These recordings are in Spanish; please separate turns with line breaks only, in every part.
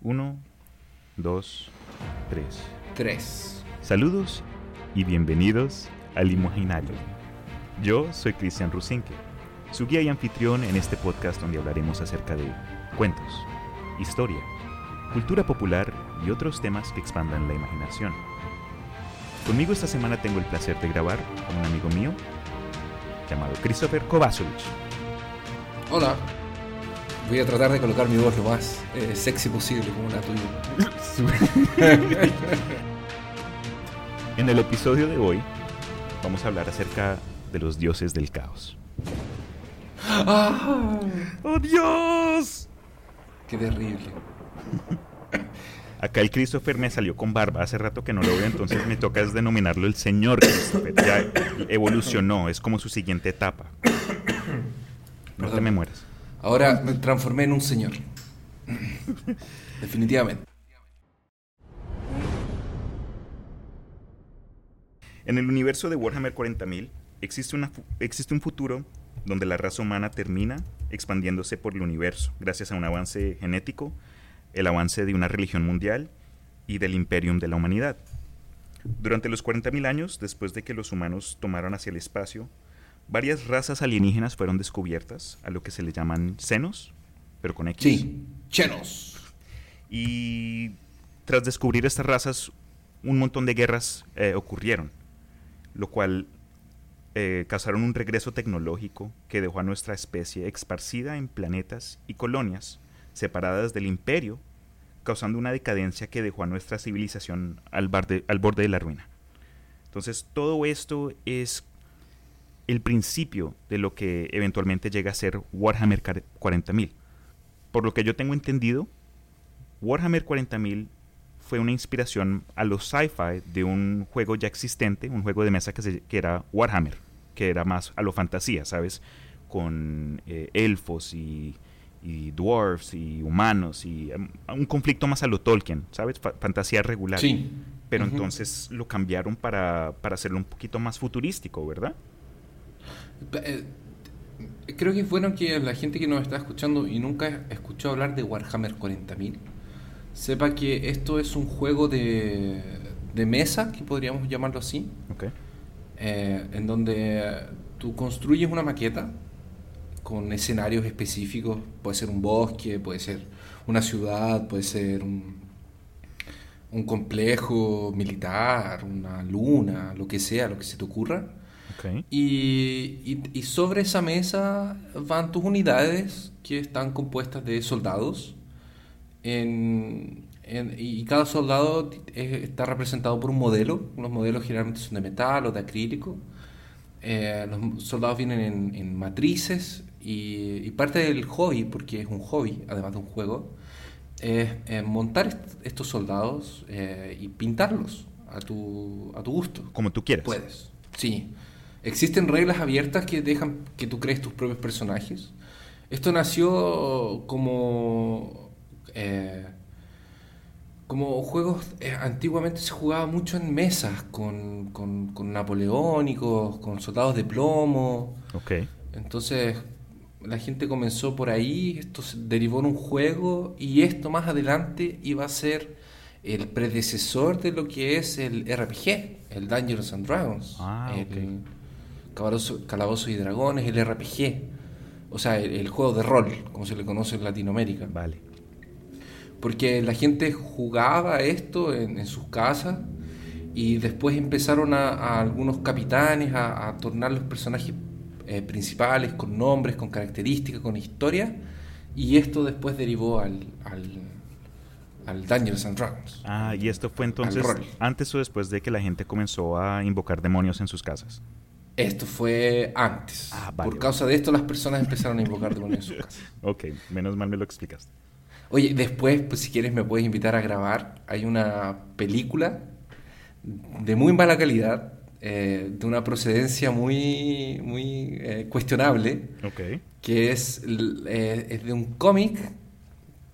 Uno, dos, tres.
3.
Saludos y bienvenidos al Imaginario. Yo soy Cristian Rusinque, su guía y anfitrión en este podcast donde hablaremos acerca de cuentos, historia, cultura popular y otros temas que expandan la imaginación. Conmigo esta semana tengo el placer de grabar con un amigo mío llamado Christopher Kovacevic.
Hola. Voy a tratar de colocar mi voz lo más sexy posible, como la tuya.
En el episodio de hoy vamos a hablar acerca de los dioses del caos.
¡Ah!
¡Oh, Dios!
¡Qué terrible!
Acá el Christopher me salió con barba, hace rato que no lo veo, entonces me toca es denominarlo el señor Christopher. Ya evolucionó, es como su siguiente etapa. No te me mueras.
Ahora me transformé en un señor. Definitivamente.
En el universo de Warhammer 40.000 existe un futuro donde la raza humana termina expandiéndose por el universo gracias a un avance genético, el avance de una religión mundial y del imperium de la humanidad. Durante los 40.000 años, después de que los humanos tomaron hacia el espacio, varias razas alienígenas fueron descubiertas, a lo que se le llaman Xenos, pero con X.
Sí, Xenos.
Y tras descubrir estas razas, un montón de guerras ocurrieron, lo cual causaron un regreso tecnológico que dejó a nuestra especie esparcida en planetas y colonias separadas del imperio, causando una decadencia que dejó a nuestra civilización al borde de la ruina. Entonces, todo esto es el principio de lo que eventualmente llega a ser Warhammer 40.000. Por lo que yo tengo entendido, Warhammer 40.000 fue una inspiración a los sci-fi de un juego ya existente, un juego de mesa que era Warhammer, que era más a lo fantasía, ¿sabes? Con elfos y dwarves y humanos y un conflicto más a lo Tolkien, ¿sabes? Fantasía regular.
Sí.
Pero entonces lo cambiaron para hacerlo un poquito más futurístico, ¿verdad?
Creo que es bueno que la gente que nos está escuchando y nunca escuchó hablar de Warhammer 40.000 sepa que esto es un juego de mesa, que podríamos llamarlo así,
Okay.
en donde tú construyes una maqueta con escenarios específicos. Puede ser un bosque, puede ser una ciudad, puede ser un complejo militar, una luna, lo que sea, lo que se te ocurra.
Okay.
Y sobre esa mesa van tus unidades, que están compuestas de soldados, y cada soldado está representado por un modelo. Los modelos generalmente son de metal o de acrílico. Los soldados vienen en matrices, y parte del hobby, porque es un hobby además de un juego, es montar estos soldados y pintarlos a tu gusto.
Como tú quieras.
Puedes, sí. Existen reglas abiertas que dejan que tú crees tus propios personajes. Esto nació como juegos. Antiguamente se jugaba mucho en mesas con napoleónicos, con soldados de plomo.
Okay.
Entonces la gente comenzó por ahí, esto se derivó en un juego, y esto más adelante iba a ser el predecesor de lo que es el RPG, el Dungeons and Dragons,
Okay.
Calabozos y Dragones, el RPG, o sea, el juego de rol, como se le conoce en Latinoamérica.
Vale.
Porque la gente jugaba esto en sus casas, y después empezaron a algunos capitanes a tornar los personajes principales con nombres, con características, con historia, y esto después derivó al Dungeons and Dragons.
Y esto fue entonces antes o después de que la gente comenzó a invocar demonios en sus casas.
Esto fue antes.
Vale,
Por causa de esto las personas empezaron a invocar demonios en sus casas.
Ok, menos mal me lo explicaste.
Oye, después, pues, si quieres me puedes invitar a grabar. Hay una película de muy mala calidad, de una procedencia muy, muy cuestionable,
Ok.
que es de un cómic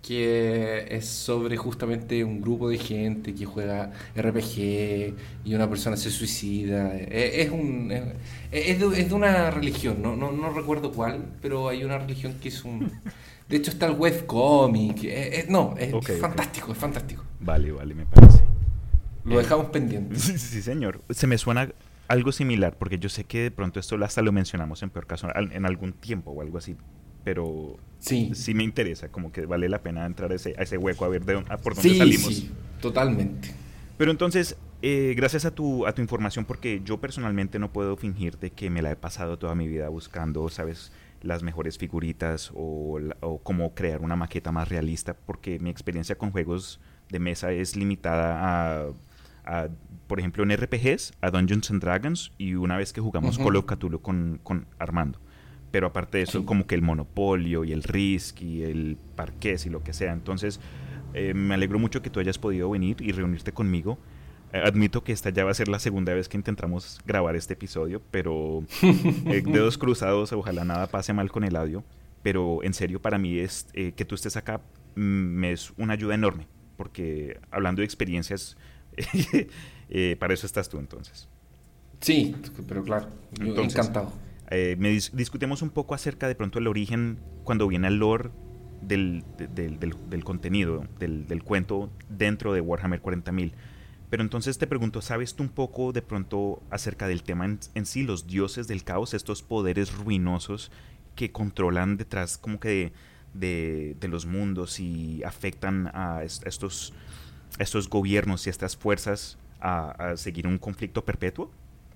que es sobre justamente un grupo de gente que juega RPG y una persona se suicida. Es de una religión, no recuerdo cuál, pero hay una religión que es un... De hecho está el webcomic. No, es
Ok, ok.
fantástico, es fantástico.
Vale, vale, me parece.
Lo dejamos pendiente.
Sí, sí, señor. Se me suena algo similar, porque yo sé que de pronto esto hasta lo mencionamos en peor caso en algún tiempo o algo así, pero
Sí,
sí me interesa, como que vale la pena entrar a ese hueco a ver por dónde
sí,
salimos.
sí, totalmente.
Pero entonces, gracias a tu información, porque yo personalmente no puedo fingir de que me la he pasado toda mi vida buscando, ¿sabes? Las mejores figuritas o cómo crear una maqueta más realista, porque mi experiencia con juegos de mesa es limitada por ejemplo, en RPGs, a Dungeons and Dragons y una vez que jugamos
Ujú.
Call of Cthulhu con Armando. Pero aparte de eso,
Sí.
como que el Monopolio y el Risk y el Parqués y lo que sea. Entonces, me alegro mucho que tú hayas podido venir y reunirte conmigo. Admito que esta ya va a ser la segunda vez que intentamos grabar este episodio, pero dedos cruzados, ojalá nada pase mal con el audio. Pero en serio, para mí es que tú estés acá me es una ayuda enorme, porque hablando de experiencias, para eso estás tú entonces.
Sí, pero claro, yo
Entonces,
encantado.
discutimos un poco acerca de pronto el origen cuando viene el lore del contenido, del cuento dentro de Warhammer 40.000. Pero entonces te pregunto, ¿sabes tú un poco de pronto acerca del tema en sí, los dioses del caos, estos poderes ruinosos que controlan detrás como que de los mundos y afectan a estos gobiernos y estas fuerzas a seguir un conflicto perpetuo?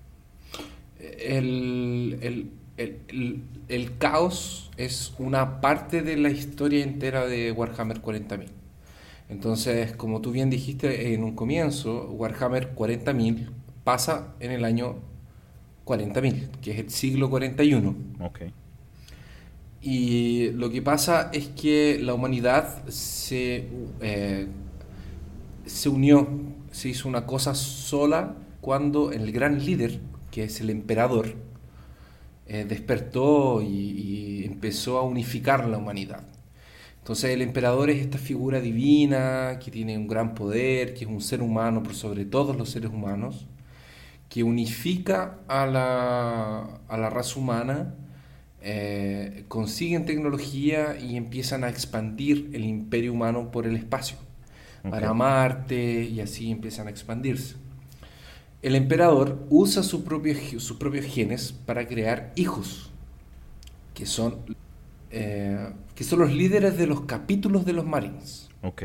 El caos es una parte de la historia entera de Warhammer 40.000. Entonces, como tú bien dijiste en un comienzo, Warhammer 40.000 pasa en el año 40.000, que es el siglo 41.
Ok,
Y lo que pasa es que la humanidad se unió, se hizo una cosa sola cuando el gran líder, que es el emperador, despertó y empezó a unificar la humanidad. Entonces el emperador es esta figura divina que tiene un gran poder, que es un ser humano por sobre todos los seres humanos, que unifica a la raza humana, consiguen tecnología y empiezan a expandir el imperio humano por el espacio,
ok,
para Marte, y así empiezan a expandirse. El emperador usa sus propios genes para crear hijos, que son, que son los líderes de los capítulos de los Marines.
ok,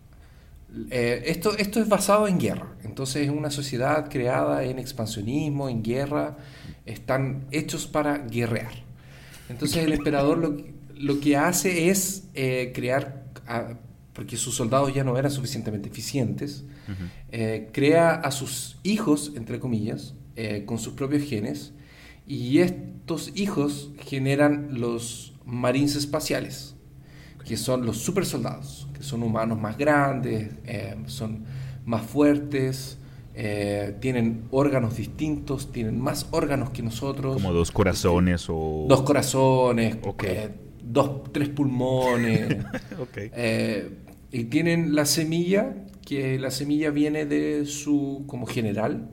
Esto es basado en guerra, entonces es una sociedad creada en expansionismo, en guerra, están hechos para guerrear. Entonces el emperador lo que hace es crear, porque sus soldados ya no eran suficientemente eficientes,
ujú,
crea a sus hijos, entre comillas, con sus propios genes, y estos hijos generan los marines espaciales, que son los super soldados, que son humanos más grandes, son más fuertes, tienen órganos distintos, tienen más órganos que nosotros,
como dos corazones o...
dos corazones,
Ok,
tres pulmones,
ok,
y tienen la semilla, que la semilla viene de su, como general,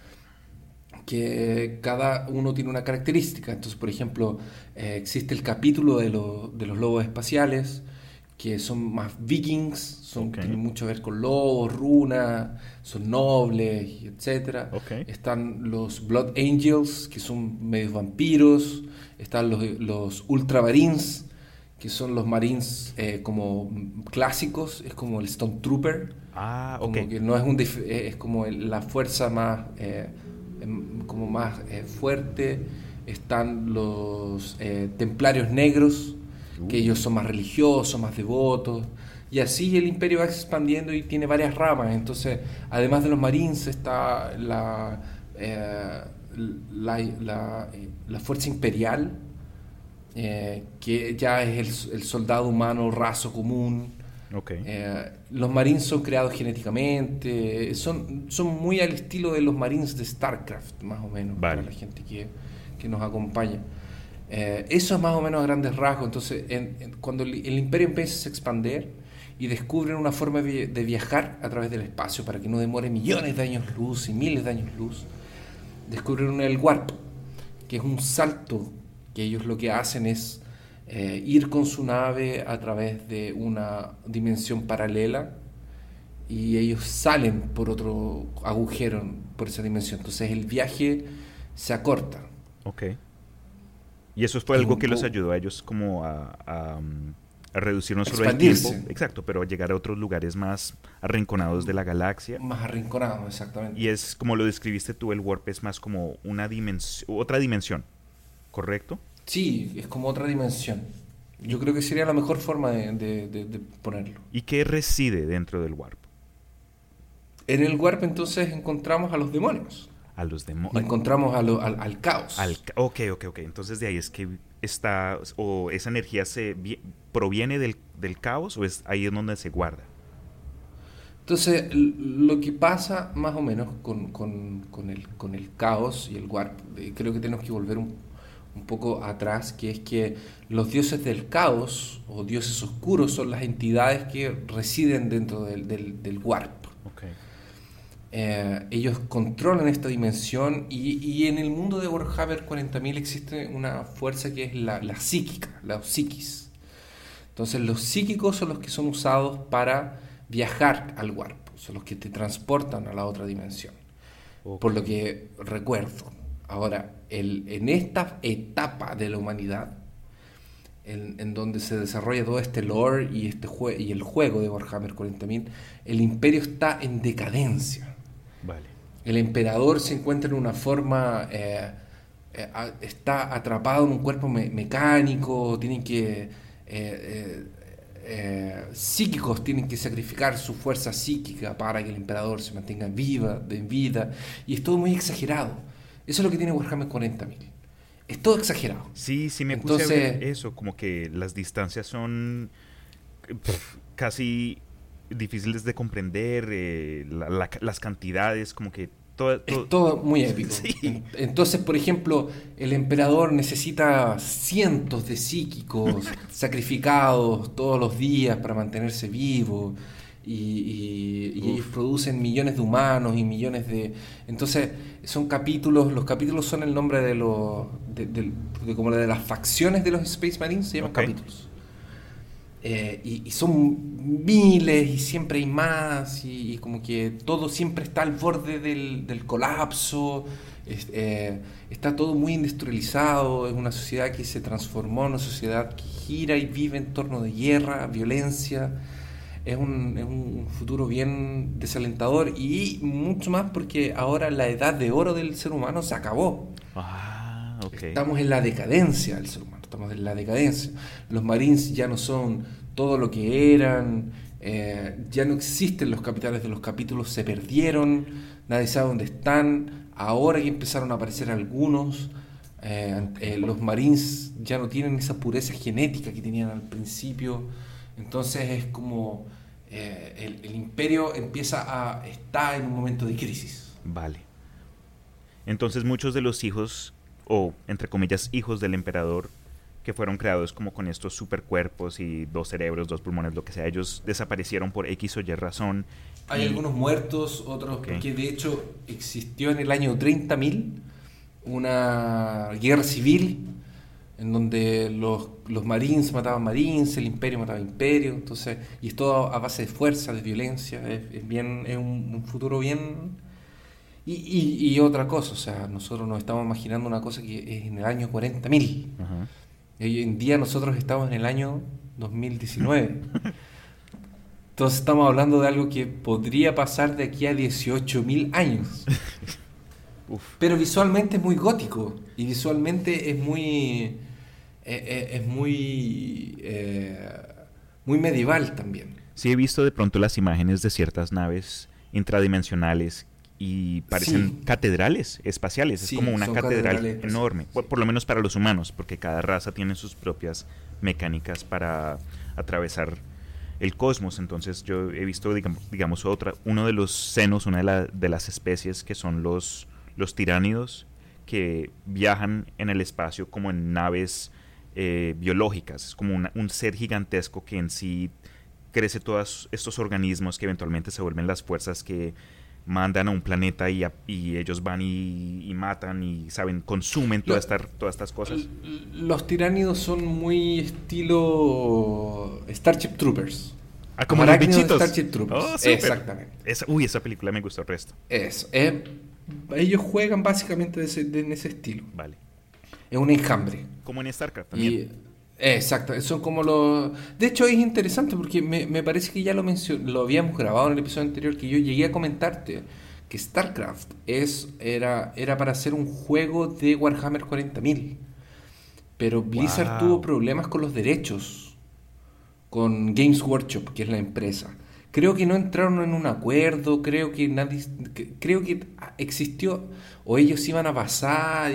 que cada uno tiene una característica. Entonces, por ejemplo, existe el capítulo de los lobos espaciales, que son más vikings,
ok,
tienen mucho que ver con lobos, runas, son nobles, etcétera.
ok,
Están los Blood Angels, que son medios vampiros. Están los Ultra Marines, que son los Marines como clásicos, es como el Stone Trooper,
ah, ok,
como que no es es como la fuerza más como más fuerte. Están los templarios negros, que ellos son más religiosos, más devotos, y así el imperio va expandiendo y tiene varias ramas. Entonces, además de los marines está la fuerza imperial, que ya es el soldado humano raso común.
ok,
Los Marines son creados genéticamente, son muy al estilo de los Marines de StarCraft, más o menos,
vale,
para la gente que nos acompaña. Eso es más o menos a grandes rasgos. Entonces, cuando el imperio empieza a expandir y descubren una forma de viajar a través del espacio para que no demore millones de años luz y miles de años luz. Descubren el warp, que es un salto que ellos lo que hacen es ir con su nave a través de una dimensión paralela y ellos salen por otro agujero por esa dimensión. Entonces el viaje se acorta.
Ok. Y eso fue algo que los ayudó a ellos como a reducir no solo el tiempo, exacto, pero a llegar a otros lugares más arrinconados de la galaxia.
Más arrinconados, exactamente.
Y es como lo describiste tú, el warp es más como otra dimensión, ¿correcto?
Sí, es como otra dimensión. Yo creo que sería la mejor forma de ponerlo.
¿Y qué reside dentro del warp?
En el warp entonces encontramos a los demonios.
A los demonios.
Encontramos al caos.
Ok. Entonces de ahí es que está, o esa energía proviene del caos, o es ahí en donde se guarda.
Entonces, lo que pasa más o menos con el caos y el warp, creo que tenemos que volver un poco atrás, que es que los dioses del caos o dioses oscuros son las entidades que residen dentro del warp.
Okay.
Ellos controlan esta dimensión y en el mundo de Warhammer 40.000 existe una fuerza que es la psíquica, la psiquis. Entonces los psíquicos son los que son usados para viajar al warp, son los que te transportan a la otra dimensión. Okay. Por lo que recuerdo. Ahora, en esta etapa de la humanidad, en donde se desarrolla todo este lore y, y el juego de Warhammer 40.000, el imperio está en decadencia.
Vale.
El emperador se encuentra en una forma, está atrapado en un cuerpo mecánico, tienen que psíquicos tienen que sacrificar su fuerza psíquica para que el emperador se mantenga en vida, y es todo muy exagerado. Eso es lo que tiene Warhammer 40.000. Es todo exagerado.
Sí, me puse a ver eso, como que las distancias son casi difíciles de comprender, las cantidades, como que
es todo muy épico. Sí. Entonces, por ejemplo, el emperador necesita cientos de psíquicos sacrificados todos los días para mantenerse vivo, y ellos producen millones de humanos y millones de... Entonces, son capítulos, los capítulos son el nombre de como de las facciones de los Space Marines, se llaman capítulos. Y son miles y siempre hay más y como que todo siempre está al borde del colapso, está todo muy industrializado, es una sociedad que se transformó en una sociedad que gira y vive en torno de guerra, violencia. Es un futuro bien desalentador y mucho más porque ahora la edad de oro del ser humano se acabó.
Okay.
Estamos en la decadencia del ser humano, estamos en la decadencia. Los Marines ya no son todo lo que eran, ya no existen los capitanes de los capítulos, se perdieron, nadie sabe dónde están. Ahora que empezaron a aparecer algunos, los Marines ya no tienen esa pureza genética que tenían al principio. Entonces es como el imperio está en un momento de crisis.
Vale. Entonces muchos de los hijos, o entre comillas hijos del emperador, que fueron creados como con estos supercuerpos y 2 cerebros, 2 pulmones, lo que sea, ellos desaparecieron por X o Y razón.
Hay algunos muertos, otros, porque de hecho existió en el año 30.000 una guerra civil en donde los Marines mataban Marines, el Imperio mataba Imperio, entonces, y es todo a base de fuerza, de violencia, es un futuro bien... Y otra cosa, o sea, nosotros nos estamos imaginando una cosa que es en el año 40.000. Uh-huh. Hoy en día nosotros estamos en el año 2019. Entonces estamos hablando de algo que podría pasar de aquí a 18.000 años. Uf. Pero visualmente es muy gótico y visualmente es muy... muy medieval también.
Sí, he visto de pronto las imágenes de ciertas naves intradimensionales y parecen catedrales espaciales. Sí, es como una catedral enorme, por lo menos para los humanos, porque cada raza tiene sus propias mecánicas para atravesar el cosmos. Entonces yo he visto, digamos, uno de los senos, una de las especies que son los tiránidos, que viajan en el espacio como en naves biológicas. Es como un ser gigantesco que en sí crece todos estos organismos que eventualmente se vuelven las fuerzas que mandan a un planeta y ellos van y matan y, ¿saben? Consumen todas estas cosas.
Los tiránidos son muy estilo Starship Troopers.
Como los bichitos.
Starship Troopers.
Oh, super.
Exactamente.
Esa película me gustó el resto.
Eso. Ellos juegan básicamente en ese estilo.
Vale.
Es un enjambre.
Como en StarCraft también.
Exacto, son como los... De hecho es interesante porque me parece que ya lo habíamos grabado en el episodio anterior, que yo llegué a comentarte que StarCraft era para hacer un juego de Warhammer 40.000, pero Blizzard tuvo problemas con los derechos, con Games Workshop, que es la empresa. Creo que no entraron en un acuerdo, creo que existió, o ellos iban a pasar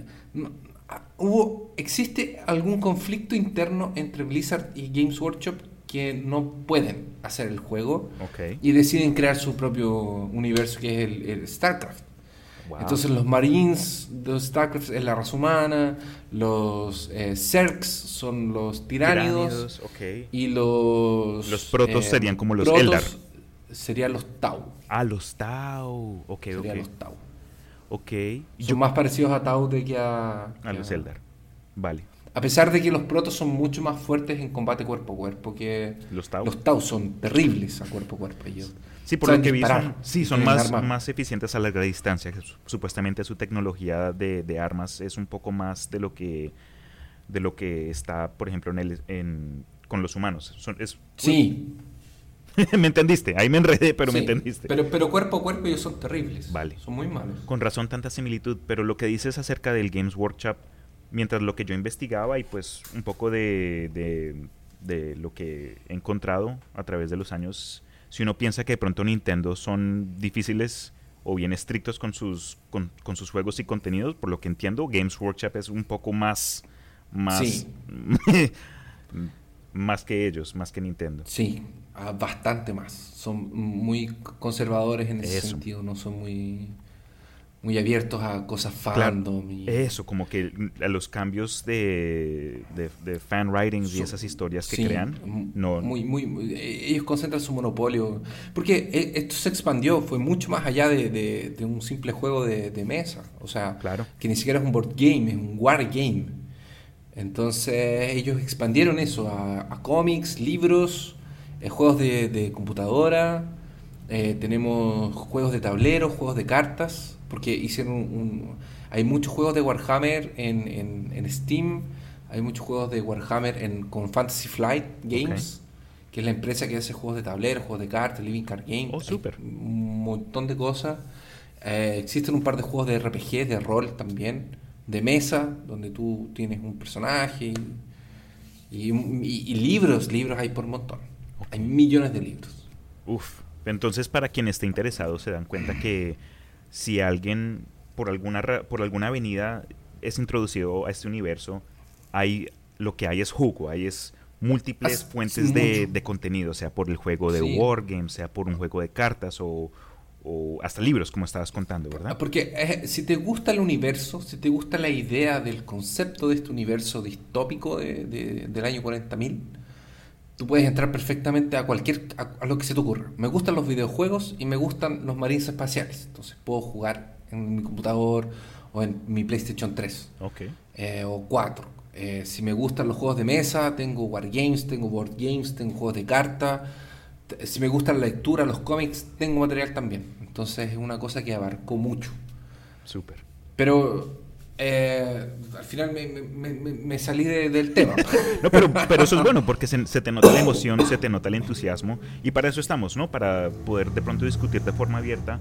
existe algún conflicto interno entre Blizzard y Games Workshop que no pueden hacer el juego y deciden crear su propio universo, que es el StarCraft. Wow. Entonces los Marines de StarCraft es la raza humana, los Zergs son los tiránidos, y los
protos serían como los Eldar.
Serían los Tau.
Los Tau. Serían
los Tau.
Son
más parecidos a Tau que a
los Eldar. Vale.
A pesar de que los protos son mucho más fuertes en combate cuerpo a cuerpo que
los Tau.
Los Tau son terribles a cuerpo a cuerpo.
Sí, por lo que vi son más eficientes a larga distancia. Supuestamente su tecnología de armas es un poco más de lo que está, por ejemplo, con los humanos.
Sí.
¿Me entendiste? Ahí me enredé, pero sí, me entendiste.
Pero cuerpo a cuerpo ellos son terribles.
Vale.
Son muy malos.
Con razón tanta similitud, pero lo que dices acerca del Games Workshop, mientras lo que yo investigaba y pues un poco de lo que he encontrado a través de los años, si uno piensa que de pronto Nintendo son difíciles o bien estrictos con sus juegos y contenidos, por lo que entiendo, Games Workshop es un poco más
sí.
más que ellos, más que Nintendo.
Sí, bastante más. Son muy conservadores en ese sentido, no son muy abiertos a cosas fandom.
Eso, como que a los cambios de fan writings y esas historias que crean. No.
Ellos concentran su monopolio. Porque esto se expandió, fue mucho más allá de un simple juego de mesa. O sea, que ni siquiera es un board game, es un war game. Entonces ellos expandieron eso a cómics, libros, juegos de computadora, tenemos juegos de tablero, juegos de cartas, porque hicieron hay muchos juegos de Warhammer en Steam, hay muchos juegos de Warhammer con Fantasy Flight Games, que es la empresa que hace juegos de tablero, juegos de cartas, Living Card Games,
super.
Un montón de cosas. Existen un par de juegos de RPG, de rol también, de mesa, donde tú tienes un personaje y libros hay por montón. Hay millones de libros.
Entonces, para quien esté interesado, se dan cuenta que si alguien por alguna avenida es introducido a este universo, lo que hay es jugo, hay múltiples fuentes de contenido, sea por el juego de Wargame, sea por un juego de cartas o hasta libros, como estabas contando, ¿verdad?
Porque si te gusta el universo, si te gusta la idea del concepto de este universo distópico del año 40.000, tú puedes entrar perfectamente a lo que se te ocurra. Me gustan los videojuegos y me gustan los marines espaciales. Entonces puedo jugar en mi computador o en mi PlayStation 3 o 4. Si me gustan los juegos de mesa, tengo wargames, tengo board games, tengo juegos de cartas. Si me gusta la lectura, los cómics, tengo material también. Entonces es una cosa que abarcó mucho.
Súper.
Pero al final me salí del tema.
No, pero eso es bueno, porque se te nota la emoción, se te nota el entusiasmo, y para eso estamos, ¿no? Para poder de pronto discutir de forma abierta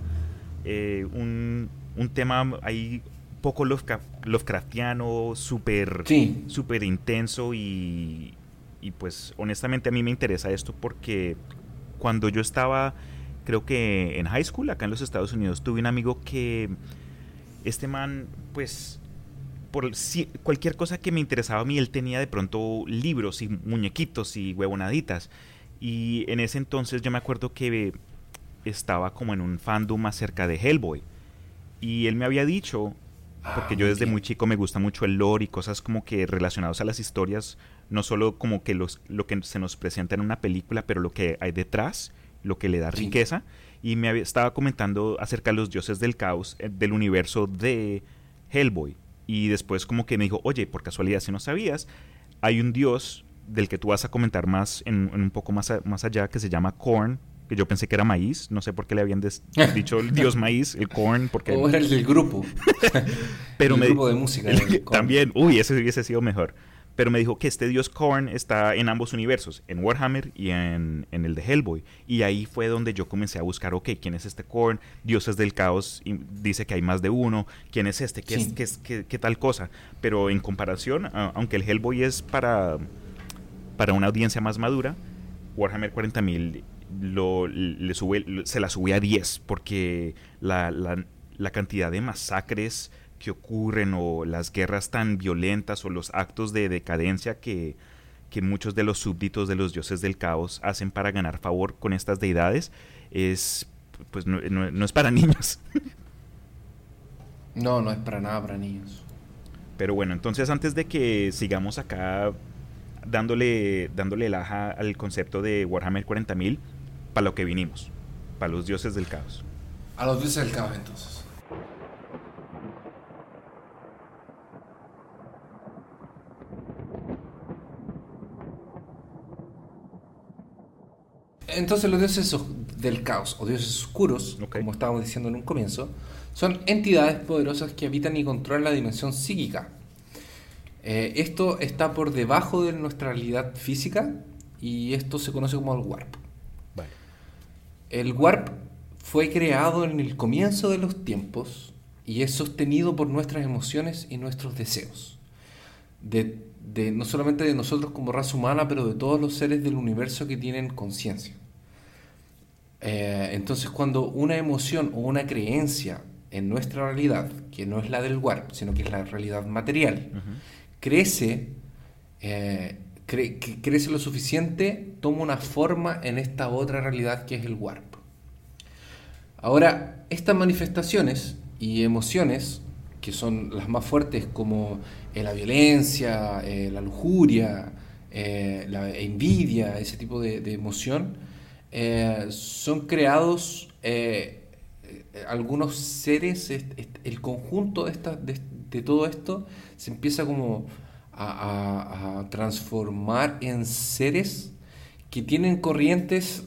un tema ahí poco Lovecraftiano, súper intenso, y pues honestamente a mí me interesa esto porque cuando yo estaba, creo que en high school, acá en los Estados Unidos, tuve un amigo que este man, pues cualquier cosa que me interesaba a mí, él tenía de pronto libros y muñequitos y huevonaditas, y en ese entonces yo me acuerdo que estaba como en un fandom acerca de Hellboy, y él me había dicho, porque yo desde muy chico me gusta mucho el lore y cosas como que relacionadas a las historias, no solo como que lo que se nos presenta en una película, pero lo que hay detrás, lo que le da
Sí.
riqueza. Y estaba comentando acerca de los dioses del caos, del universo de Hellboy. Y después como que me dijo, oye, por casualidad, si no sabías, hay un dios del que tú vas a comentar más en un poco más allá, que se llama Korn, que yo pensé que era maíz, no sé por qué le habían dicho el dios maíz, el Korn, porque...
O era el del grupo.
Pero
el grupo de música. del Korn.
también, uy, ese hubiese sido mejor. Pero me dijo que este dios Korn está en ambos universos, en Warhammer y en el de Hellboy. Y ahí fue donde yo comencé a buscar, ok, ¿quién es este Korn? Dioses del caos, y dice que hay más de uno. ¿Quién es este?
Sí.
¿Qué tal cosa? Pero en comparación, aunque el Hellboy es para una audiencia más madura, Warhammer 40.000 se la sube a 10 porque la cantidad de masacres que ocurren o las guerras tan violentas o los actos de decadencia que muchos de los súbditos de los dioses del caos hacen para ganar favor con estas deidades es pues no es para niños.
No, no es para nada para niños.
Pero bueno, entonces antes de que sigamos acá dándole laja al concepto de Warhammer 40.000, para lo que vinimos, para los dioses del caos.
A los dioses del caos, entonces. Entonces los dioses del caos o dioses oscuros,
Okay.
como estábamos diciendo en un comienzo, son entidades poderosas que habitan y controlan la dimensión psíquica. Esto está por debajo de nuestra realidad física y esto se conoce como el warp.
Vale.
El warp fue creado en el comienzo de los tiempos y es sostenido por nuestras emociones y nuestros deseos. No solamente de nosotros como raza humana, pero de todos los seres del universo que tienen conciencia. Entonces, cuando una emoción o una creencia en nuestra realidad, que no es la del warp, sino que es la realidad material, crece, crece lo suficiente, toma una forma en esta otra realidad que es el warp. Ahora, estas manifestaciones y emociones, que son las más fuertes como la violencia, la lujuria, la envidia, ese tipo de emoción, son creados algunos seres, el conjunto de todo esto se empieza como a transformar en seres que tienen corrientes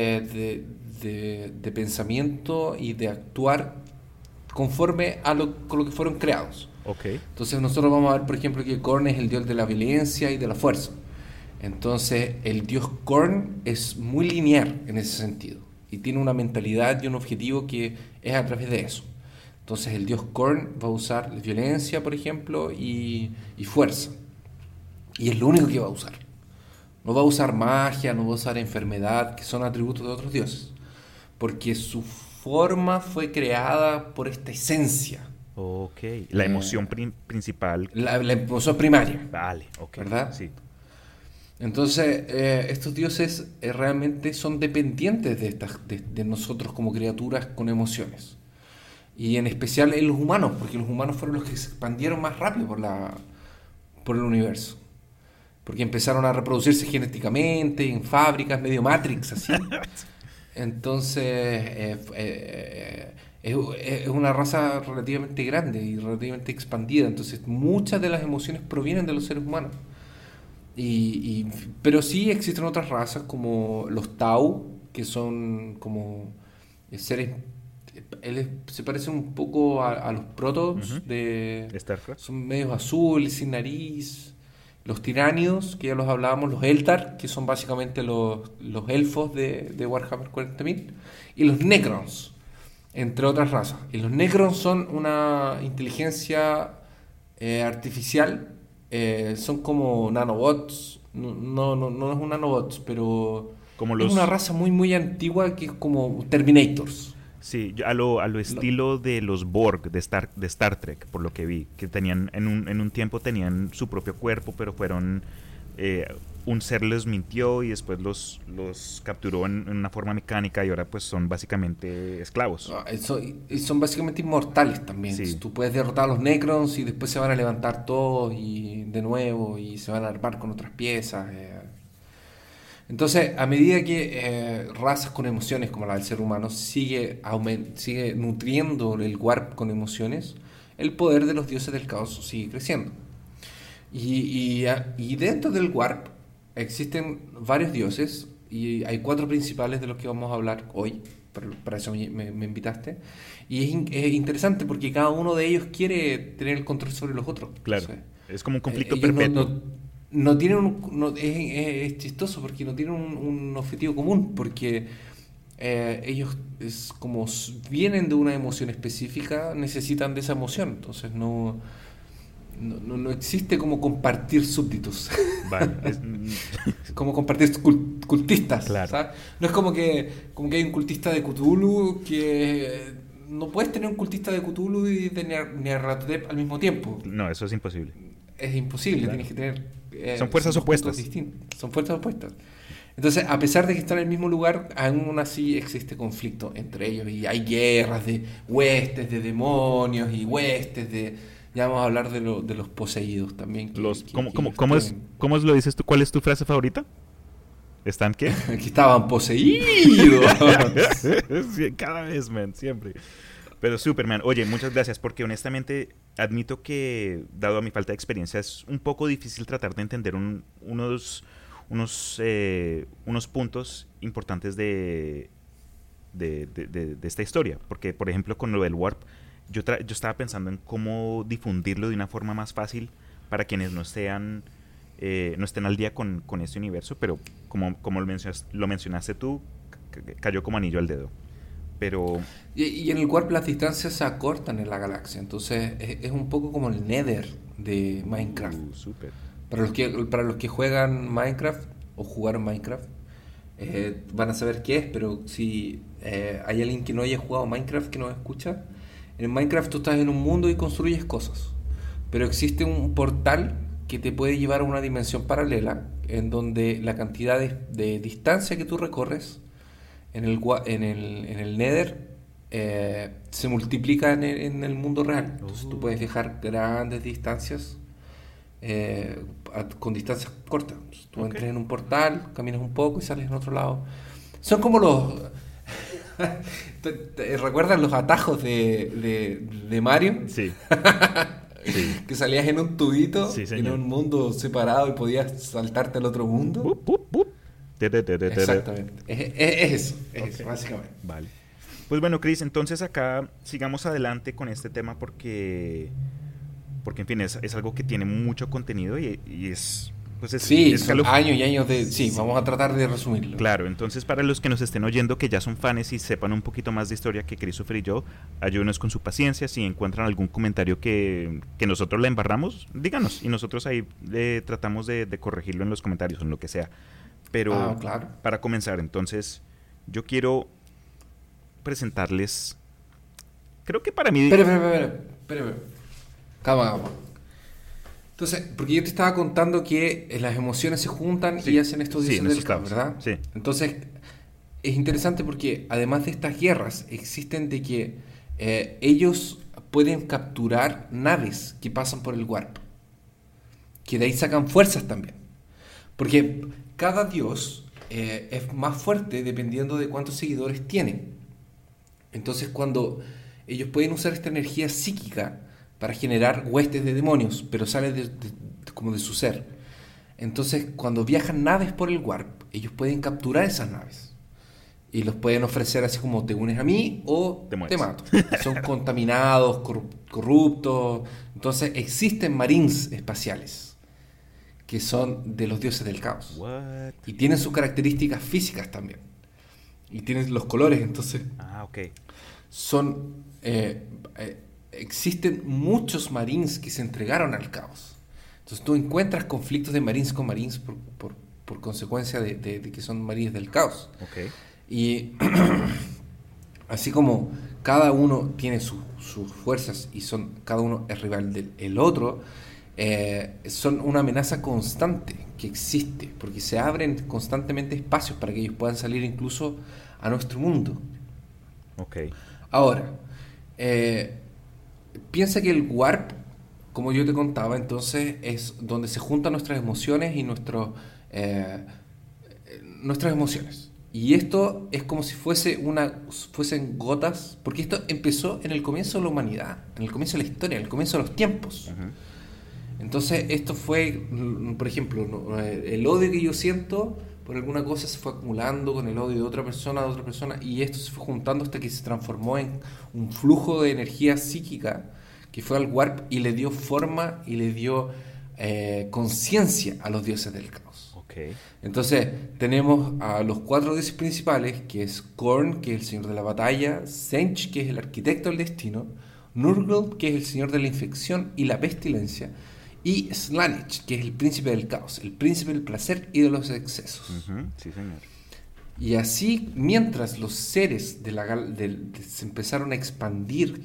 de pensamiento y de actuar conforme con lo que fueron creados.
Okay.
Entonces nosotros vamos a ver, por ejemplo, que Korn es el dios de la violencia y de la fuerza. Entonces el dios Korn es muy lineal en ese sentido y tiene una mentalidad y un objetivo que es a través de eso. Entonces el dios Korn va a usar violencia, por ejemplo, y fuerza. Y es lo único que va a usar. No va a usar magia, no va a usar enfermedad, que son atributos de otros dioses. Porque su forma fue creada por esta esencia.
Ok. La emoción principal.
La emoción primaria.
Vale, ok.
¿Verdad?
Sí.
Entonces, estos dioses realmente son dependientes de nosotros como criaturas con emociones. Y en especial en los humanos, porque los humanos fueron los que se expandieron más rápido por el universo. Porque empezaron a reproducirse genéticamente en fábricas, medio Matrix, así. Entonces, es una raza relativamente grande y relativamente expandida. Entonces, muchas de las emociones provienen de los seres humanos. Pero sí existen otras razas como los Tau, que son como seres... se parecen un poco a los Protoss de
StarCraft.
son medios azules, sin nariz. Los Tiránidos, que ya los hablábamos, los Eldar, que son básicamente los elfos de Warhammer 40.000, y los Necrons, entre otras razas. Y los Necrons son una inteligencia artificial, son como nanobots, no es un nanobots, pero
Como
es una raza muy muy antigua que es como Terminators.
Sí, a lo estilo de los Borg de Star Trek, por lo que vi, que tenían en un tiempo tenían su propio cuerpo, pero fueron un ser les mintió y después los capturó en una forma mecánica y ahora pues son básicamente esclavos.
Son básicamente inmortales también.
Sí.
Tú puedes derrotar a los Necrons y después se van a levantar todos y de nuevo y se van a armar con otras piezas. Entonces, a medida que razas con emociones como la del ser humano sigue nutriendo el warp con emociones, el poder de los dioses del caos sigue creciendo. Y dentro del warp existen varios dioses y hay 4 principales de los que vamos a hablar hoy. Para eso me invitaste. Y es interesante porque cada uno de ellos quiere tener el control sobre los otros.
Claro,
Entonces,
es como un conflicto
ellos
perpetuo.
no tienen es chistoso porque no tienen un objetivo común, porque ellos vienen de una emoción específica, necesitan de esa emoción, entonces no existe como compartir súbditos.
Vale,
Como compartir cultistas,
claro.
¿sabes? No es como que hay un cultista de Cthulhu que no puedes tener un cultista de Cthulhu y de Nyarlathotep al mismo tiempo.
No, eso es imposible.
Es imposible,
Claro.
tienes que tener...
Son fuerzas
dos puntos
opuestas.
distintos. Son fuerzas opuestas. Entonces, a pesar de que están en el mismo lugar, aún así existe conflicto entre ellos y hay guerras de huestes de demonios y huestes de... Ya vamos a hablar de los poseídos también.
¿Cómo lo dices tú? ¿Cuál es tu frase favorita? ¿Están qué?
Que estaban poseídos.
Sí, cada vez, man, siempre. Pero Superman, oye, muchas gracias, porque honestamente admito que, dado a mi falta de experiencia, es un poco difícil tratar de entender unos puntos importantes de esta historia. Porque, por ejemplo, con lo del Warp, yo estaba pensando en cómo difundirlo de una forma más fácil para quienes no estén al día con este universo, pero como lo mencionaste tú, cayó como anillo al dedo. Pero
Y en el Warp las distancias se acortan en la galaxia, entonces es un poco como el Nether de Minecraft.
Súper.
Para los que juegan Minecraft o jugaron Minecraft, van a saber qué es, pero si hay alguien que no haya jugado Minecraft que nos escucha, en Minecraft tú estás en un mundo y construyes cosas, pero existe un portal que te puede llevar a una dimensión paralela en donde la cantidad de distancia que tú recorres en el Nether se multiplica en el mundo real. Entonces tú puedes viajar grandes distancias con distancias cortas. Entonces, tú entras en un portal, caminas un poco y sales en otro lado. Son como los... ¿Te recuerdas los atajos de Mario?
Sí. Sí.
Que salías en un tubito,
Sí,
en
señor.
un mundo separado y podías saltarte al otro mundo.
Bup, bup, bup.
Exactamente. Es eso, eso, básicamente.
Vale. Pues bueno, Chris, entonces acá sigamos adelante con este tema porque en fin, es algo que tiene mucho contenido y es... Pues
Sí,
es
son años y años de... Sí, vamos a tratar de resumirlo.
Claro, entonces para los que nos estén oyendo que ya son fans y sepan un poquito más de historia que Christopher y yo, ayúdenos con su paciencia. Si encuentran algún comentario que nosotros le embarramos, díganos y nosotros ahí tratamos de corregirlo en los comentarios o en lo que sea. Pero
claro.
para comenzar, entonces, yo quiero presentarles... Creo que para mí...
Espera. Calma. Entonces, porque yo te estaba contando que las emociones se juntan
Sí.
y hacen estos
Sí,
dioses
en
del
esos
caos,
caos.
¿verdad?
Sí.
Entonces, es interesante porque además de estas guerras, existen de que ellos pueden capturar naves que pasan por el Warp. Que de ahí sacan fuerzas también. Porque cada dios es más fuerte dependiendo de cuántos seguidores tienen. Entonces, cuando ellos pueden usar esta energía psíquica para generar huestes de demonios, pero sale como de su ser. Entonces, cuando viajan naves por el Warp, ellos pueden capturar esas naves. Y los pueden ofrecer así como te unes a mí o te mato. Son contaminados, corruptos. Entonces, existen marines espaciales que son de los dioses del caos.
What?
Y tienen sus características físicas también. Y tienen los colores, entonces...
Ok.
Son... existen muchos marines que se entregaron al caos. Entonces tú encuentras conflictos de marines con marines por consecuencia de que son marines del caos.
Ok.
Y así como cada uno tiene sus fuerzas y cada uno es rival del otro, son una amenaza constante que existe, porque se abren constantemente espacios para que ellos puedan salir incluso a nuestro mundo.
Ok.
Ahora, piensa que el warp, como yo te contaba, entonces es donde se juntan nuestras emociones y nuestras emociones. Y esto es como si fuesen gotas, porque esto empezó en el comienzo de la humanidad, en el comienzo de la historia, en el comienzo de los tiempos.
Ujú.
Entonces esto fue, por ejemplo, el odio que yo siento por alguna cosa se fue acumulando con el odio de otra persona, y esto se fue juntando hasta que se transformó en un flujo de energía psíquica que fue al warp y le dio forma y le dio conciencia a los dioses del caos.
Ok.
Entonces tenemos a los 4 dioses principales, que es Korn, que es el señor de la batalla, Sench, que es el arquitecto del destino, Nurgle, que es el señor de la infección y la pestilencia, y Slanich, que es el príncipe del caos, el príncipe del placer y de los excesos.
Ujú. Sí, señor.
Y así, mientras los seres se empezaron a expandir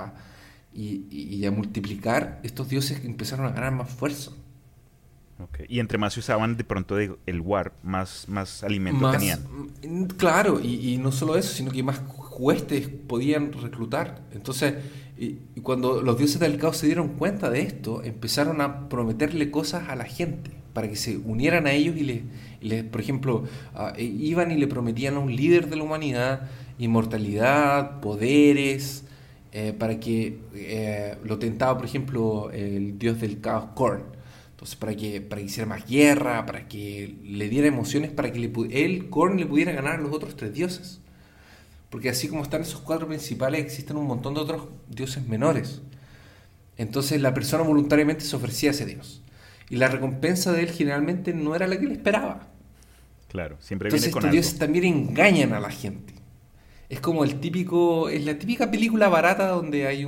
y a multiplicar, estos dioses empezaron a ganar más fuerza.
Ok. Y entre más se usaban de pronto el warp, más alimento tenían.
Claro, y no solo eso, sino que más huestes podían reclutar. Entonces, y cuando los dioses del caos se dieron cuenta de esto, empezaron a prometerle cosas a la gente para que se unieran a ellos por ejemplo, iban y le prometían a un líder de la humanidad inmortalidad, poderes, para que lo tentaba, por ejemplo, el dios del caos, Korn. Entonces, para que hiciera más guerra, para que le diera emociones, para que Korn, le pudiera ganar a los otros 3 dioses. Porque así como están esos 4 principales, existen un montón de otros dioses menores. Entonces, la persona voluntariamente se ofrecía a ese dios. Y la recompensa de él generalmente no era la que él esperaba.
Claro, siempre
Entonces,
viene con
estos
algo.
dioses también engañan a la gente. Es como es la típica película barata donde hay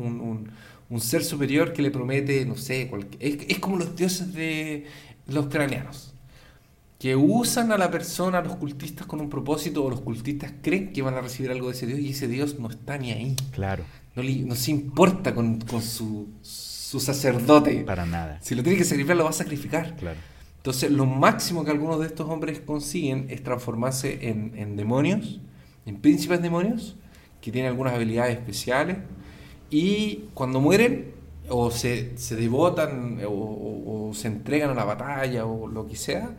un ser superior que le promete, no sé, es como los dioses de los ucranianos, que usan a la persona, a los cultistas con un propósito, o los cultistas creen que van a recibir algo de ese dios y ese dios no está ni ahí.
Claro,
No se importa con su sacerdote.
para nada.
Si lo tiene que sacrificar, lo va a sacrificar.
Claro.
Entonces, lo máximo que algunos de estos hombres consiguen es transformarse en demonios, en príncipes demonios, que tienen algunas habilidades especiales, y cuando mueren, o se devotan, o se entregan a la batalla, o lo que sea,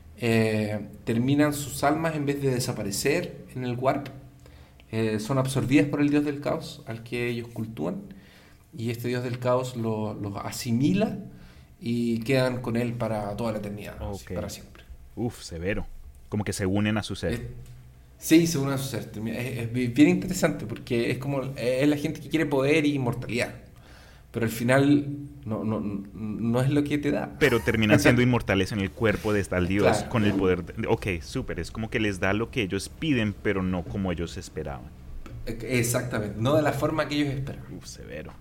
terminan sus almas, en vez de desaparecer en el warp, son absorbidas por el dios del caos al que ellos cultúan, y este dios del caos los asimila y quedan con él para toda la eternidad, así,
Ok.
para siempre.
Uf, severo. Como que se unen a su ser.
Sí, según a su ser. Es bien interesante porque es la gente que quiere poder y inmortalidad. Pero al final no es lo que te da.
Pero terminan siendo inmortales en el cuerpo de tal dios
Claro.
con el poder. Ok, súper. Es como que les da lo que ellos piden, pero no como ellos esperaban.
Exactamente, no de la forma que ellos esperaban.
Uf, severo.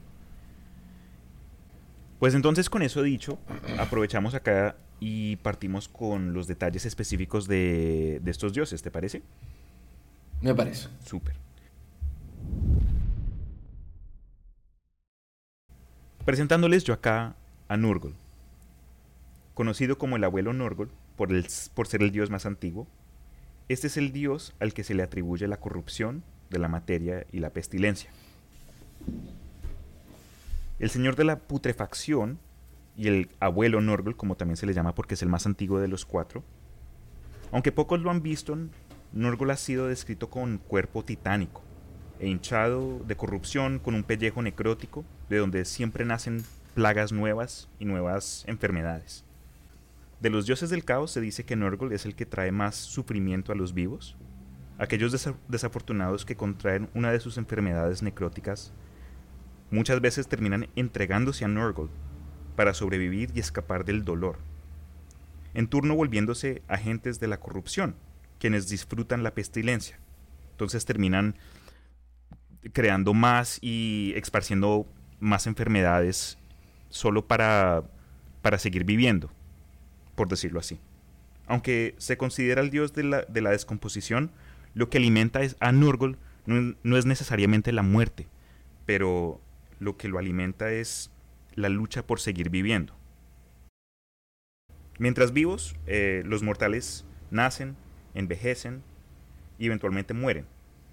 Pues entonces, con eso dicho, aprovechamos acá y partimos con los detalles específicos de estos dioses, ¿te parece?
Me parece.
Súper. Presentándoles yo acá a Nurgle, conocido como el abuelo Nurgle por ser el dios más antiguo. Este es el dios al que se le atribuye la corrupción de la materia y la pestilencia. El señor de la putrefacción y el abuelo Nurgle, como también se le llama porque es el más antiguo de los 4. Aunque pocos lo han visto, Nurgle ha sido descrito con cuerpo titánico e hinchado de corrupción, con un pellejo necrótico, de donde siempre nacen plagas nuevas y nuevas enfermedades. De los dioses del caos se dice que Nurgle es el que trae más sufrimiento a los vivos. Aquellos desafortunados que contraen una de sus enfermedades necróticas muchas veces terminan entregándose a Nurgle para sobrevivir y escapar del dolor, en turno volviéndose agentes de la corrupción, quienes disfrutan la pestilencia. Entonces terminan creando más y esparciendo más enfermedades solo para seguir viviendo, por decirlo así. Aunque se considera el dios de la descomposición, lo que alimenta a Nurgle no es necesariamente la muerte, pero lo que lo alimenta es la lucha por seguir viviendo. Mientras vivos, los mortales nacen, envejecen y eventualmente mueren.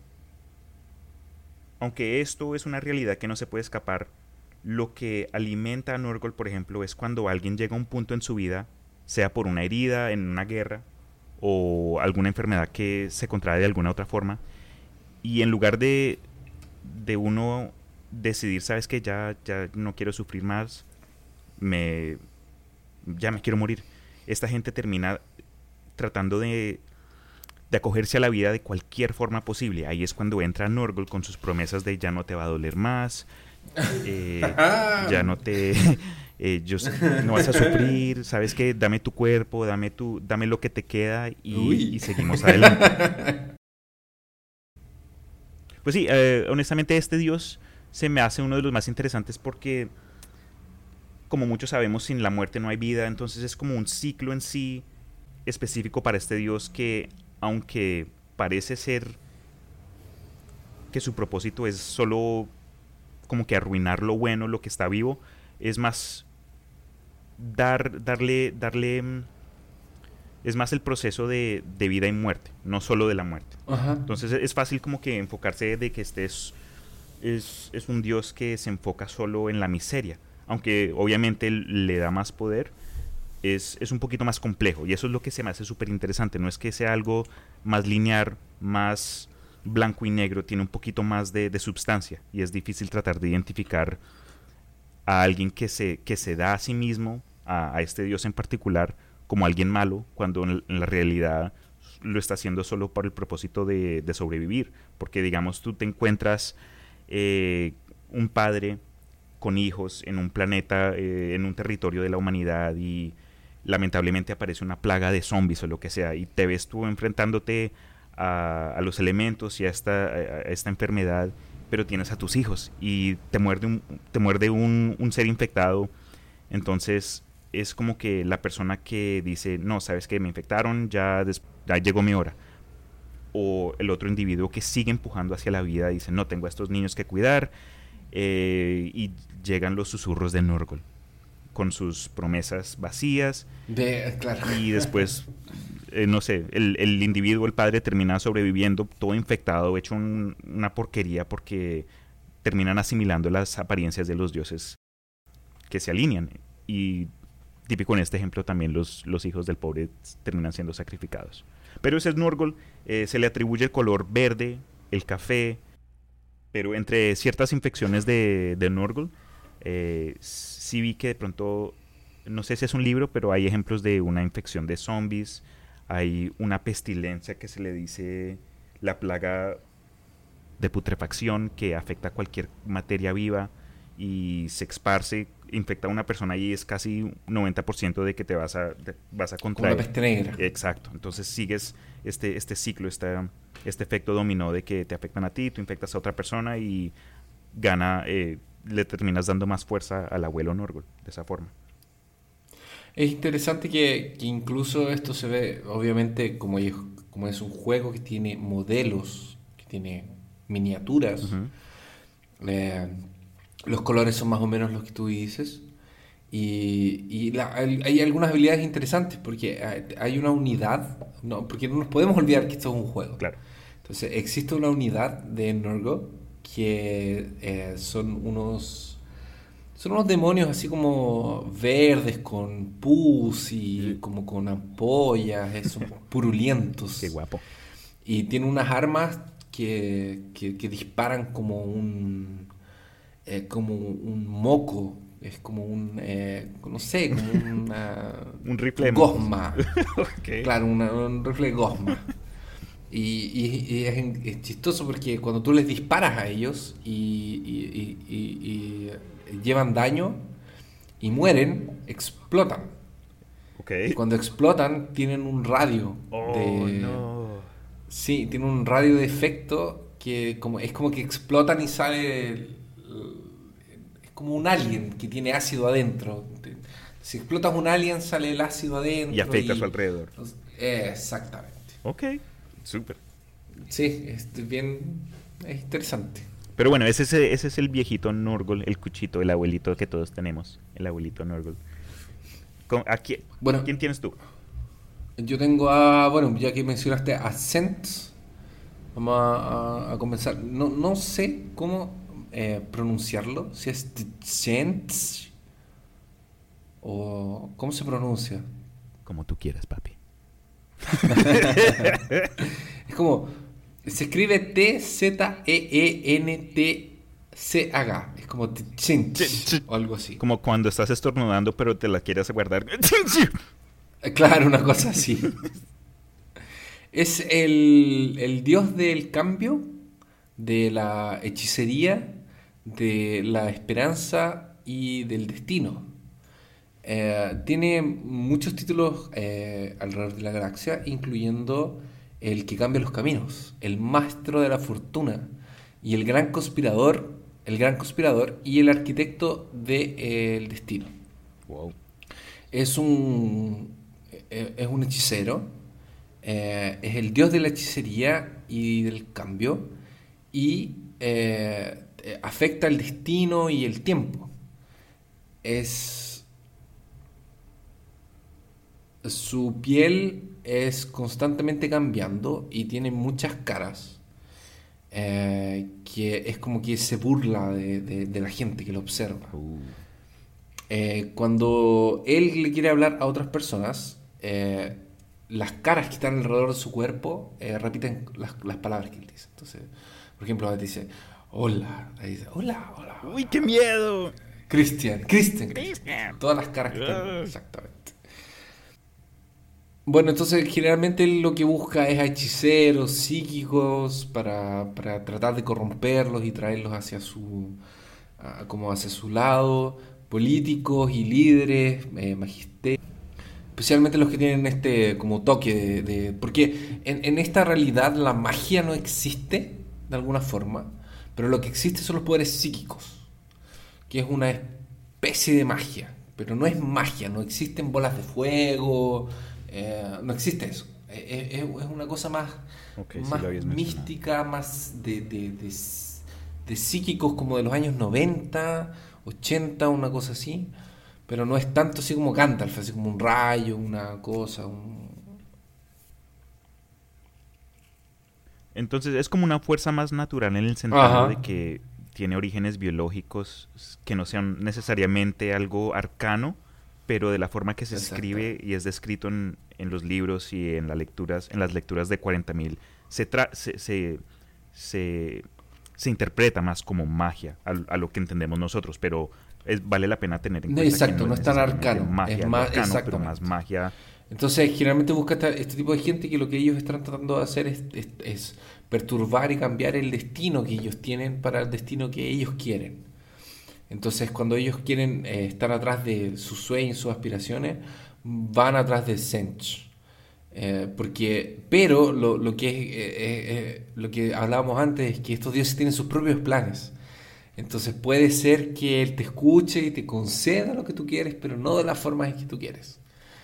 Aunque esto es una realidad que no se puede escapar, lo que alimenta a Nurgle, por ejemplo, es cuando alguien llega a un punto en su vida, sea por una herida en una guerra o alguna enfermedad que se contrae de alguna otra forma, y en lugar de uno decidir, sabes que ya no quiero sufrir más, ya me quiero morir, esta gente termina tratando de acogerse a la vida de cualquier forma posible. Ahí es cuando entra Nurgle con sus promesas de ya no te va a doler más, ya no te... no vas a sufrir, sabes que dame tu cuerpo, dame lo que te queda y seguimos adelante. Pues sí, honestamente este dios se me hace uno de los más interesantes porque, como muchos sabemos, sin la muerte no hay vida. Entonces es como un ciclo en sí específico para este dios que, aunque parece ser que su propósito es solo como que arruinar lo bueno, lo que está vivo, es más darle es más el proceso de vida y muerte, no solo de la muerte.
Ajá.
Entonces es fácil como que enfocarse de que este es un dios que se enfoca solo en la miseria, aunque obviamente le da más poder. Es un poquito más complejo y eso es lo que se me hace súper interesante. No es que sea algo más lineal, más blanco y negro, tiene un poquito más de substancia y es difícil tratar de identificar a alguien que se da a sí mismo, a este dios en particular, como alguien malo, cuando en la realidad lo está haciendo solo por el propósito de sobrevivir. Porque digamos tú te encuentras un padre con hijos en un planeta, en un territorio de la humanidad, y lamentablemente aparece una plaga de zombies o lo que sea, y te ves tú enfrentándote a los elementos y a esta enfermedad, pero tienes a tus hijos y te muerde un ser infectado. Entonces es como que la persona que dice, no, sabes que me infectaron, ya llegó mi hora. O el otro individuo que sigue empujando hacia la vida, dice, no, tengo a estos niños que cuidar, y llegan los susurros de Nurgle con sus promesas vacías.
Claro.
Y después, no sé, el individuo, el padre, termina sobreviviendo todo infectado, hecho una porquería, porque terminan asimilando las apariencias de los dioses que se alinean. Y típico en este ejemplo también los hijos del pobre terminan siendo sacrificados. Pero ese es Nurgle. Se le atribuye el color verde, el café, pero entre ciertas infecciones de Nurgle, sí vi que de pronto, no sé si es un libro, pero hay ejemplos de una infección de zombies, hay una pestilencia que se le dice la plaga de putrefacción, que afecta a cualquier materia viva y se esparce, infecta a una persona y es casi 90% de que te vas a contraer.
Como la peste negra.
Exacto. Entonces sigues este ciclo, este efecto dominó de que te afectan a ti, tú infectas a otra persona y le terminas dando más fuerza al abuelo Nurgle de esa forma.
Es interesante que incluso esto se ve, obviamente, como es un juego que tiene modelos, que tiene miniaturas.
Uh-huh.
Los colores son más o menos los que tú dices. Hay algunas habilidades interesantes porque hay una unidad, no, porque no nos podemos olvidar que esto es un juego.
Claro.
Entonces existe una unidad de Nurgle que son unos demonios así como verdes con pus y como con ampollas, son purulentos.
Qué guapo.
Y tienen unas armas que disparan como un moco. Es como no sé, como
un rifle
gosma.
Okay.
Claro, un rifle gosma. Y es chistoso porque cuando tú les disparas a ellos y llevan daño y mueren, explotan.
Okay.
Y cuando explotan tienen un radio.
No.
Sí, tienen un radio de efecto que es como que explotan y sale es como un alien que tiene ácido adentro. Si explotas un alien sale el ácido adentro
y afecta a su alrededor.
Exactamente.
Ok, súper.
Sí, es interesante.
Pero bueno, ese es el viejito Nurgle, el cuchito, el abuelito que todos tenemos, el abuelito Nurgle.
Bueno,
¿Quién tienes tú?
yo tengo bueno, ya que mencionaste a Sent, vamos a comenzar. No sé cómo pronunciarlo, si es Sent o cómo se pronuncia.
Como tú quieras, papi.
Es como, se escribe T-Z-E-E-N-T-C-H. Es como Tchench o algo así.
Como cuando estás estornudando pero te la quieres guardar.
Claro, una cosa así. Es el dios del cambio, de la hechicería, de la esperanza y del destino. Tiene muchos títulos alrededor de la galaxia, incluyendo el que cambia los caminos, el maestro de la fortuna y el gran conspirador y el arquitecto del destino.
Wow.
Es es un hechicero, es el dios de la hechicería y del cambio y afecta el destino y el tiempo. Su piel es constantemente cambiando y tiene muchas caras, que es como que se burla de la gente que lo observa. Cuando él le quiere hablar a otras personas, las caras que están alrededor de su cuerpo repiten las palabras que él dice. Entonces, por ejemplo, dice, hola, ahí dice, hola, hola,
¡Uy, qué miedo!
Cristian. Todas las caras que están, exactamente. Bueno, entonces generalmente él lo que busca es a hechiceros, psíquicos, para tratar de corromperlos y traerlos hacia como hacia su lado, políticos y líderes, magisterio, especialmente los que tienen este como toque porque en esta realidad la magia no existe de alguna forma, pero lo que existe son los poderes psíquicos, que es una especie de magia, pero no es magia, no existen bolas de fuego, no existe eso. Es una cosa más,
Okay,
más
sí lo habías mencionado.
mística, más de psíquicos como de los años 90, 80, una cosa así. Pero no es tanto así como Gandalf, así como un rayo, una cosa,
Entonces es como una fuerza más natural en el sentido de
Ajá,
que tiene orígenes biológicos que no sean necesariamente algo arcano, pero de la forma que se escribe
exactamente.
y es descrito en los libros y en las lecturas de 40.000, se, se interpreta más como magia a lo que entendemos nosotros, pero vale la pena tener en
No,
cuenta que
exacto,
no
no
es
es tan
necesariamente
arcano, es
magia lo
más,
arcano, pero más
exactamente.
magia.
Entonces, generalmente busca este tipo de gente que lo que ellos están tratando de hacer es perturbar y cambiar el destino que ellos tienen para el destino que ellos quieren. Entonces, cuando ellos quieren estar atrás de sus sueños, sus aspiraciones, van atrás de Sench. Pero lo que hablábamos antes es que estos dioses tienen sus propios planes. Entonces puede ser que él te escuche y te conceda lo que tú quieres, pero no de la forma en que tú quieres.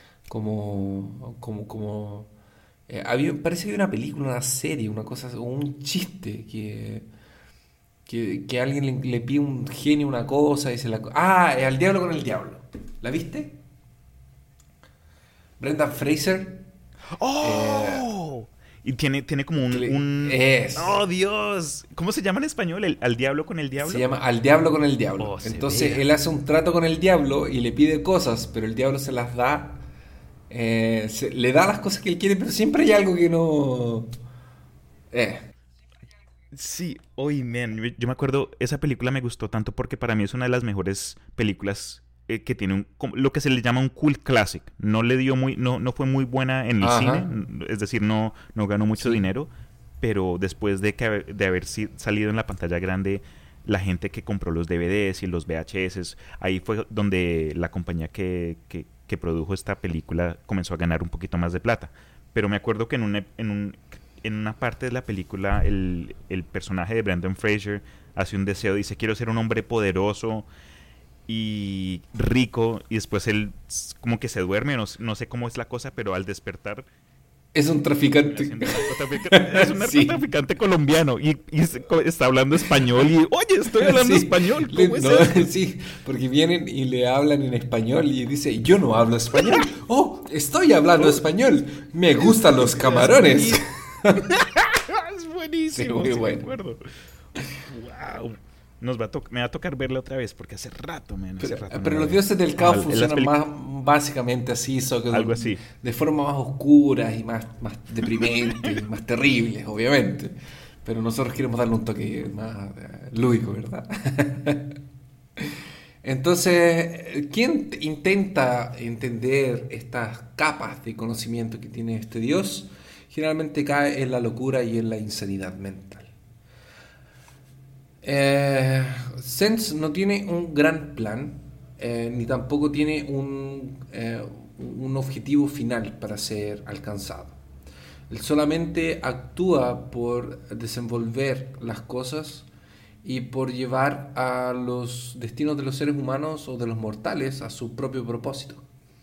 Como parece que hay una película, una serie, una cosa, o un chiste que alguien le pide a un genio una cosa y al diablo con el diablo. ¿La viste? Brendan Fraser. eh,
¡Oh! Y tiene como ¡Oh,
es.
Dios! ¿Cómo se llama en español? ¿Al diablo con el
Se
diablo?
llama Al diablo con el diablo.
Oh,
Entonces
severa.
él hace un trato con el diablo y le pide cosas, pero el diablo se las da. Le da las cosas que él quiere, pero siempre hay algo que no. Eh,
Sí, hoy, man, yo me acuerdo, esa película me gustó tanto porque para mí es una de las mejores películas que tiene lo que se le llama un cult classic. No fue muy buena en el cine,
ajá,
es decir, no ganó mucho
sí.
dinero, pero después de haber salido en la pantalla grande, la gente que compró los DVDs y los VHS, ahí fue donde la compañía que produjo esta película comenzó a ganar un poquito más de plata. Pero me acuerdo que en una parte de la película el personaje de Brendan Fraser hace un deseo, dice, quiero ser un hombre poderoso y rico, y después él como que se duerme, no sé cómo es la cosa, pero al despertar
Es un traficante.
Es un
Sí.
narcotraficante colombiano y está hablando español y, oye, estoy hablando
Sí.
español. ¿Cómo es
No,
eso?
sí, porque vienen y le hablan en español y dice, yo no hablo español. Oh, estoy hablando español. Me gustan los camarones.
Es
Sí,
buenísimo,
muy
sí me
bueno.
acuerdo. Wow. Me va a tocar verla otra vez porque hace rato, hace rato no
Pero
la
los
veo.
dioses del caos
En las
funcionan más básicamente así,
Algo así.
de forma más oscuras y más deprimentes, más terribles, obviamente. Pero nosotros queremos darle un toque más lúdico, ¿verdad? Entonces, ¿quién intenta entender estas capas de conocimiento que tiene este dios? Generalmente cae en la locura y en la insanidad mental. Sense no tiene un gran plan, ni tampoco tiene un objetivo final para ser alcanzado. Él solamente actúa por desenvolver las cosas y por llevar a los destinos de los seres humanos o de los mortales a su propio propósito.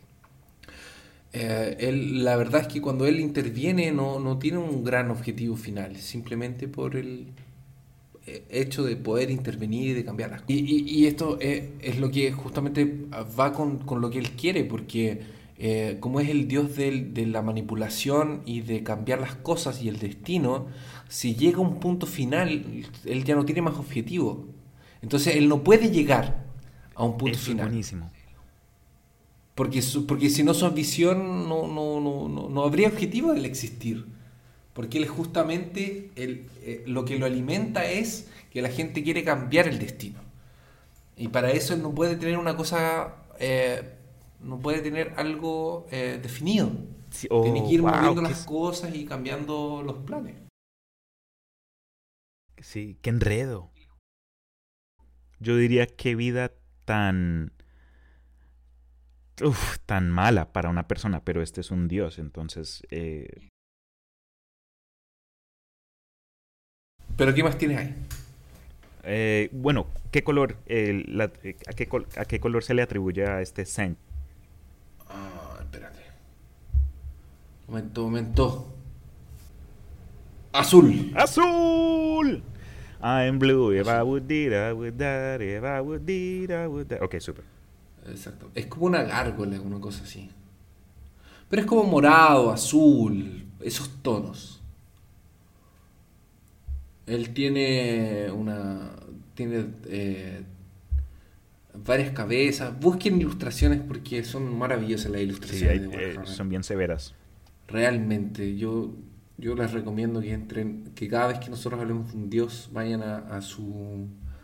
La verdad es que cuando él interviene no tiene un gran objetivo final, simplemente por el hecho de poder intervenir y de cambiar las cosas. Y esto es lo que justamente va con lo que él quiere, porque como es el dios de la manipulación y de cambiar las cosas y el destino, si llega a un punto final, él ya no tiene más objetivo. Entonces él no puede llegar a un punto
Eso
final.
es buenísimo.
Porque si no su ambición no habría objetivo del existir. Porque él justamente lo que lo alimenta es que la gente quiere cambiar el destino. Y para eso él no puede tener una cosa, no puede tener algo definido.
Sí,
Tiene que ir
wow,
moviendo las cosas y cambiando los planes.
sí, qué enredo. Yo diría qué vida tan, tan mala para una persona, pero este es un dios, entonces
Pero ¿qué más tienes ahí?
bueno, ¿qué color, a qué color se le atribuye a este Saint?
Espérate. Momento. Azul.
¡Azul! I'm blue, if I would did, I would that, if I would did, I would that. Ok, súper.
Exacto. Es como una gárgola, una cosa así. Pero es como morado, azul, esos tonos. Él tiene varias cabezas. Busquen ilustraciones porque son maravillosas las
Sí,
ilustraciones de Warhammer.
son bien severas.
Realmente, yo les recomiendo que entren, que cada vez que nosotros hablemos de un dios, vayan a su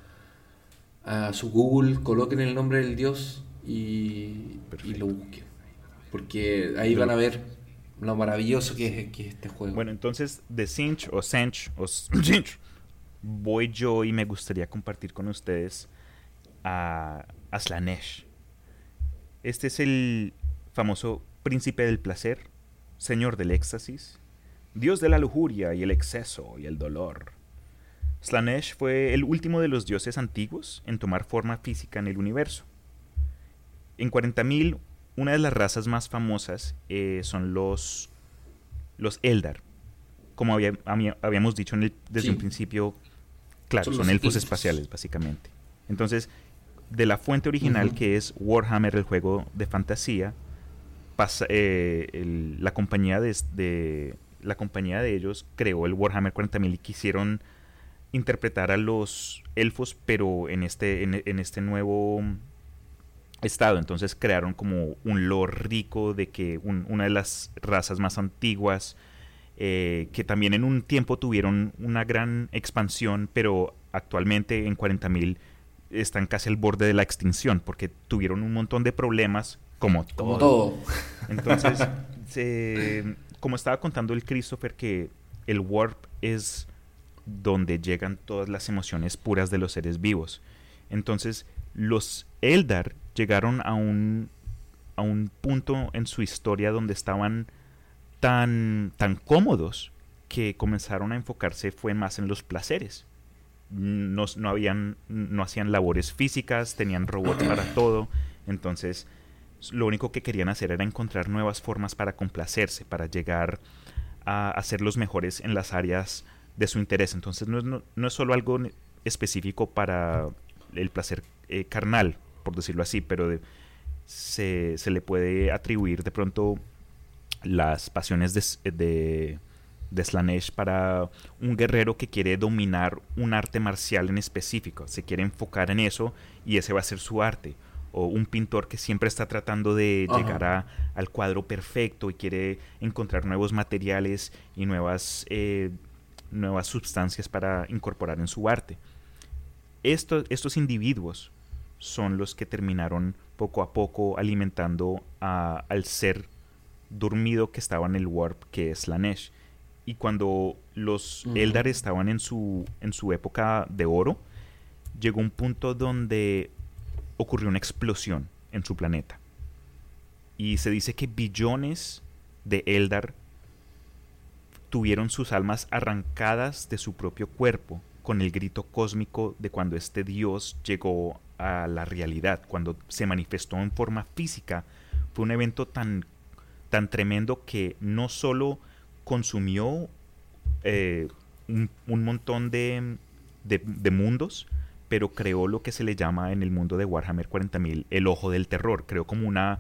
Google, coloquen el nombre del dios y lo busquen. Porque ahí van a ver lo maravilloso que es este juego.
Bueno, entonces de Sinch o Sench o Sinch voy yo y me gustaría compartir con ustedes a Slanesh. Este es el famoso príncipe del placer, señor del éxtasis, dios de la lujuria y el exceso y el dolor. Slanesh fue el último de los dioses antiguos en tomar forma física en el universo. En 40.000, una de las razas más famosas son los Eldar. Como habíamos dicho desde un principio, claro, son elfos espaciales, básicamente. Entonces, de la fuente original, que es Warhammer, el juego de fantasía, la compañía de ellos creó el Warhammer 40.000 y quisieron interpretar a los elfos, pero en este nuevo estado. Entonces crearon como un lore rico de que una de las razas más antiguas, que también en un tiempo tuvieron una gran expansión, pero actualmente en 40.000 están casi al borde de la extinción porque tuvieron un montón de problemas como todo. Entonces, como estaba contando el Christopher, que el Warp es donde llegan todas las emociones puras de los seres vivos. Entonces, los Eldar llegaron a un punto en su historia donde estaban tan cómodos que comenzaron a enfocarse fue más en los placeres. No hacían labores físicas, tenían robots para todo. Entonces, lo único que querían hacer era encontrar nuevas formas para complacerse, para llegar a ser los mejores en las áreas de su interés. Entonces no es solo algo específico para el placer carnal, por decirlo así, pero se le puede atribuir de pronto las pasiones de Slanesh para un guerrero que quiere dominar un arte marcial en específico, se quiere enfocar en eso y ese va a ser su arte. O un pintor que siempre está tratando de llegar al cuadro perfecto y quiere encontrar nuevos materiales y nuevas sustancias para incorporar en su arte. Estos individuos son los que terminaron poco a poco alimentando al ser dormido que estaba en el Warp, que es Slanesh. Y cuando los Eldar estaban en su época de oro, llegó un punto donde ocurrió una explosión en su planeta. Y se dice que billones de Eldar tuvieron sus almas arrancadas de su propio cuerpo con el grito cósmico de cuando este dios llegó a la realidad, cuando se manifestó en forma física. Fue un evento tan tremendo que no solo consumió un montón de mundos, pero creó lo que se le llama en el mundo de Warhammer 40.000 el ojo del terror. Creó como una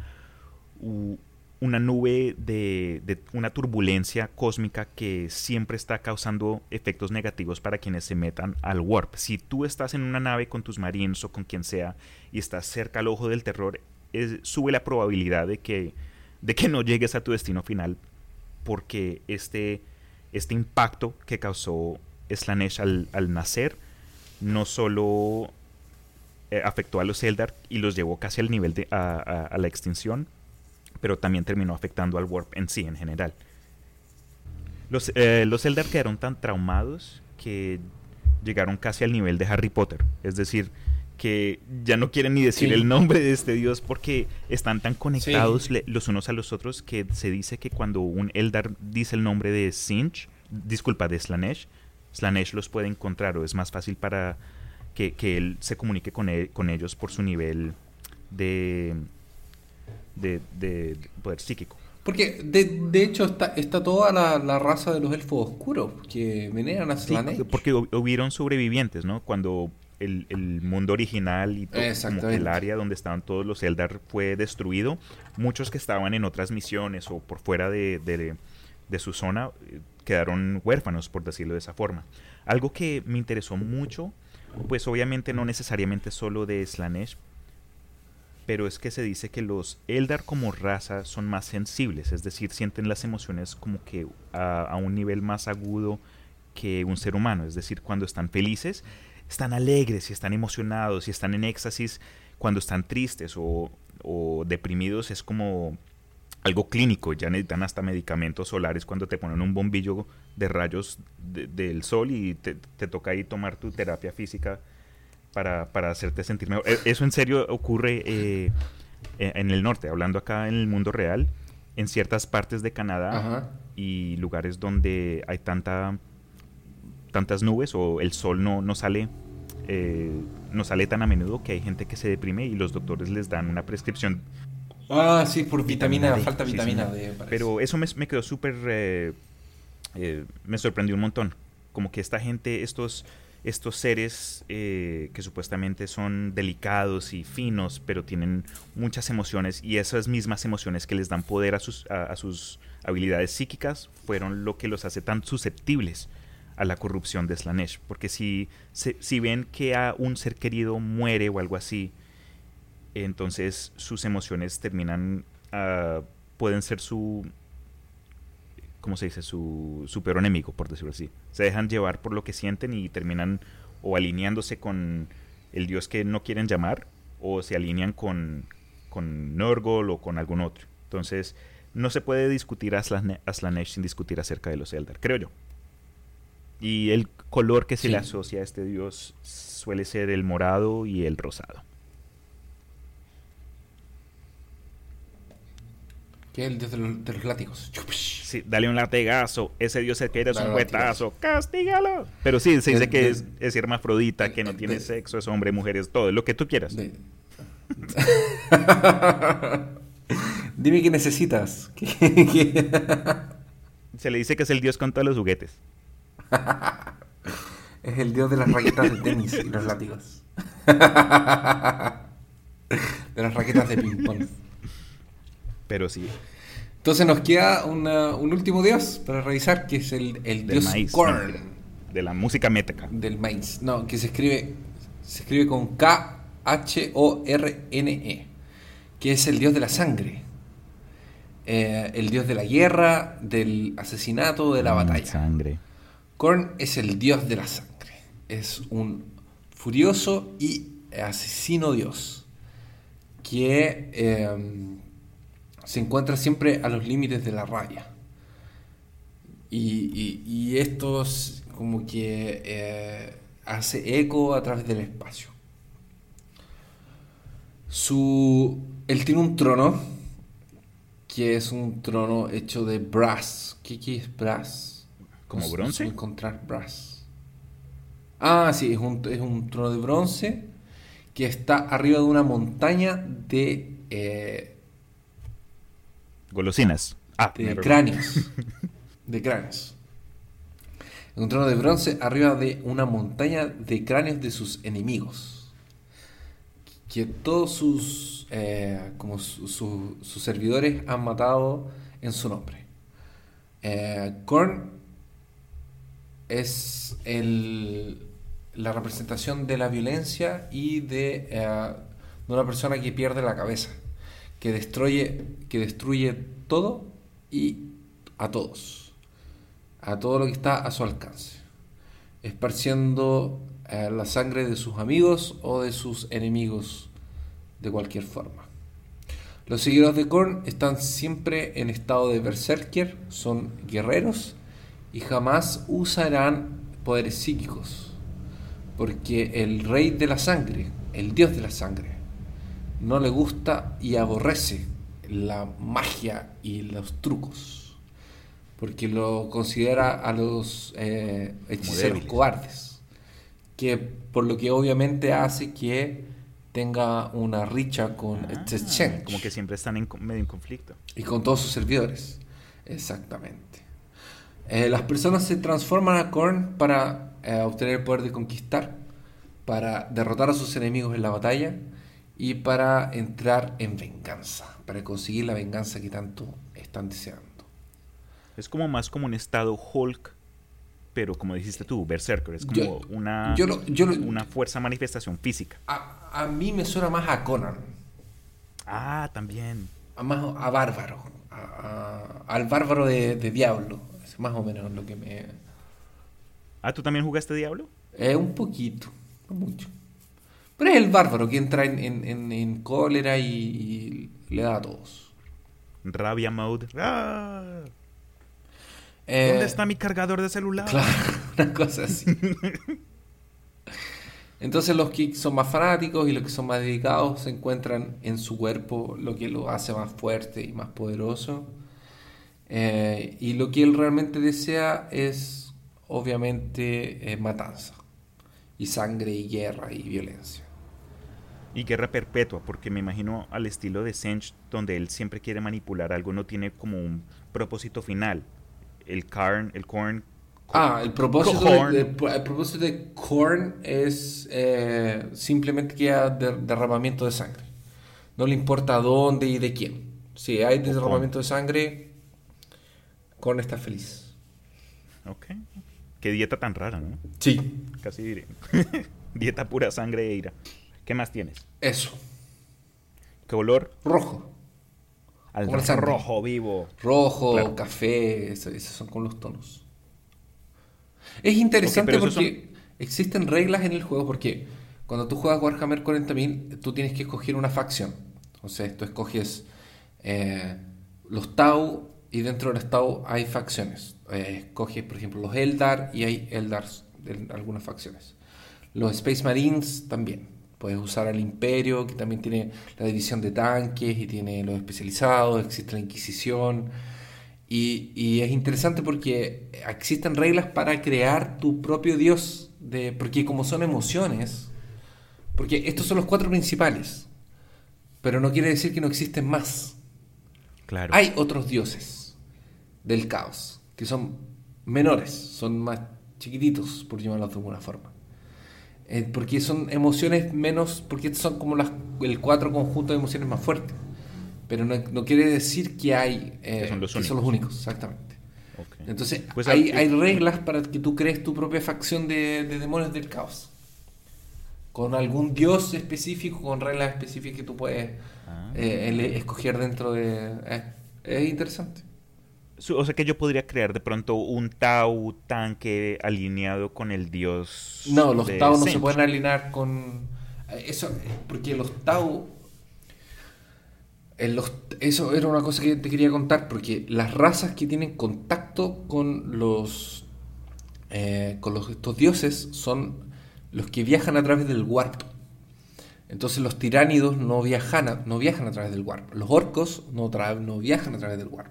nube de una turbulencia cósmica que siempre está causando efectos negativos para quienes se metan al Warp. Si tú estás en una nave con tus marines o con quien sea y estás cerca al ojo del terror, sube la probabilidad de que no llegues a tu destino final, porque este impacto que causó Slanesh al nacer no solo afectó a los Eldar y los llevó casi al nivel a la extinción, pero también terminó afectando al Warp en sí, en general. Los Eldar quedaron tan traumados que llegaron casi al nivel de Harry Potter. Es decir, que ya no quieren ni decir el nombre de este dios porque están tan conectados los unos a los otros que se dice que cuando un Eldar dice el nombre de de Slanesh los puede encontrar, o es más fácil para que él se comunique con ellos por su nivel de poder psíquico.
Porque de hecho está toda la raza de los elfos oscuros que veneran a Slanesh.
Sí, porque hubieron sobrevivientes, ¿no? Cuando el mundo original y todo, como que el área donde estaban todos los Eldar fue destruido, muchos que estaban en otras misiones o por fuera de su zona quedaron huérfanos, por decirlo de esa forma. Algo que me interesó mucho, pues obviamente no necesariamente solo de Slanesh, pero es que se dice que los Eldar como raza son más sensibles, es decir, sienten las emociones como que a un nivel más agudo que un ser humano. Es decir, cuando están felices, están alegres y están emocionados y están en éxtasis. Cuando están tristes o deprimidos es como algo clínico, ya necesitan hasta medicamentos solares cuando te ponen un bombillo de rayos del sol y te toca ahí tomar tu terapia física para hacerte sentir mejor. Eso en serio ocurre en el norte, hablando acá en el mundo real, en ciertas partes de Canadá y lugares donde hay tantas nubes o el sol no sale tan a menudo, que hay gente que se deprime y los doctores les dan una prescripción.
Sí, por vitamina D, falta vitamina D.
Pero eso me quedó súper... me sorprendió un montón. Como que esta gente, estos seres que supuestamente son delicados y finos, pero tienen muchas emociones, y esas mismas emociones que les dan poder a sus habilidades psíquicas fueron lo que los hace tan susceptibles a la corrupción de Slanesh. Porque si ven que a un ser querido muere o algo así, entonces sus emociones terminan, pueden ser ¿cómo se dice? Su peor enemigo, por decirlo así. Se dejan llevar por lo que sienten y terminan o alineándose con el dios que no quieren llamar, o se alinean con Nurgle o con algún otro. Entonces no se puede discutir a Slanesh sin discutir acerca de los Eldar, creo yo. Y el color que se le asocia a este dios suele ser el morado y el rosado.
Que es el dios de los látigos.
Sí, dale un latigazo. Ese dios se quiere un huetazo. ¡Castígalo! Pero sí, se dice que es hermafrodita, que no tiene sexo, es hombre, mujeres, todo, lo que tú quieras.
Dime qué necesitas.
Se le dice que es el dios con todos los juguetes.
Es el dios de las raquetas de tenis y los látigos. De las raquetas de ping-pong.
Pero sí.
Entonces nos queda un último dios para revisar, que es el
Del
dios
maíz.
Korn.
De la música métrica.
Del maíz. No, que se escribe con Khorne, que es el dios de la sangre. El dios de la guerra, del asesinato, de la batalla.
Sangre.
Korn es el dios de la sangre. Es un furioso y asesino dios que se encuentra siempre a los límites de la rabia. Y esto es como que hace eco a través del espacio. Él tiene un trono que es un trono hecho de brass. ¿Qué es brass?
¿Como
No
bronce?
sé encontrar brass. Ah, sí, es un trono de bronce que está arriba de una montaña de
Golosinas.
de cráneos. De cráneos. Un trono de bronce arriba de una montaña de cráneos de sus enemigos. Que todos sus servidores han matado en su nombre. Korn es la representación de la violencia y de una persona que pierde la cabeza, que destruye todo y a todos, a todo lo que está a su alcance, esparciendo la sangre de sus amigos o de sus enemigos de cualquier forma. Los seguidores de Korn están siempre en estado de berserker, son guerreros y jamás usarán poderes psíquicos, porque el rey de la sangre, el dios de la sangre, no le gusta y aborrece la magia y los trucos, porque lo considera a los hechiceros cobardes, que por lo que obviamente hace que tenga una richa con Tzetchench,
como que siempre están medio en conflicto.
y con todos sus servidores. Exactamente. Las personas se transforman a Korn para obtener el poder de conquistar, para derrotar a sus enemigos en la batalla y para entrar en venganza, para conseguir la venganza que tanto están deseando.
Es como más como un estado Hulk, pero como dijiste tú, Berserker, es como una fuerza manifestación física.
A mí me suena más a Conan.
Ah, también.
Más a Bárbaro. Al Bárbaro de Diablo. Es más o menos lo que me...
Ah, ¿tú también jugaste Diablo?
Un poquito, no mucho. Pero es el Bárbaro que entra en cólera y le da a todos.
Rabia mode. ¡Ah! ¿Dónde está mi cargador de celular?
Claro, una cosa así. Entonces los que son más fanáticos y los que son más dedicados se encuentran en su cuerpo lo que lo hace más fuerte y más poderoso. Y lo que él realmente desea es, obviamente, matanza. Y sangre y guerra y violencia.
Y guerra perpetua, porque me imagino al estilo de Sench, donde él siempre quiere manipular algo, no tiene como un propósito final. El Korn.
El propósito de Korn es simplemente que haya derramamiento de sangre. No le importa dónde y de quién. Si hay derramamiento de sangre, Korn está feliz.
Ok. Qué dieta tan rara, ¿no?
Sí.
Casi diré. Dieta pura sangre e ira. ¿Qué más tienes?
Eso.
¿Qué olor?
Rojo.
Al
Como la sangre.
rojo vivo.
Rojo,
Claro.
café, esos son con los tonos. Es interesante
pero
porque existen reglas en el juego, porque cuando tú juegas Warhammer 40.000, tú tienes que escoger una facción. Entonces tú escoges los Tau, y dentro de los Tau hay facciones. Escoges, por ejemplo, los Eldar, y hay Eldars de algunas facciones. Los Space Marines también. Puedes usar al Imperio, que también tiene la división de tanques y tiene los especializados, existe la Inquisición. Y es interesante porque existen reglas para crear tu propio dios, porque como son emociones, porque estos son los 4 principales, pero no quiere decir que no existen más.
Claro.
Hay otros dioses del caos que son menores, son más chiquititos, por llamarlos de alguna forma. Porque son emociones menos, porque estos son como el cuatro conjuntos de emociones más fuertes. Pero no quiere decir que hay que son los únicos, exactamente.
Okay.
Entonces
Pues,
hay reglas para que tú crees tu propia facción de demonios del caos. Con algún dios específico, con reglas específicas que tú puedes escoger dentro de... es interesante.
O sea que yo podría crear de pronto un Tau tanque alineado con el dios
No, los
de
Tau no se
Zench.
pueden alinear con... Eso, porque los Tau... eso era una cosa que te quería contar, porque las razas que tienen contacto con estos dioses son los que viajan a través del warp. Entonces los tiránidos no viajan a través del warp. Los orcos no viajan a través del warp.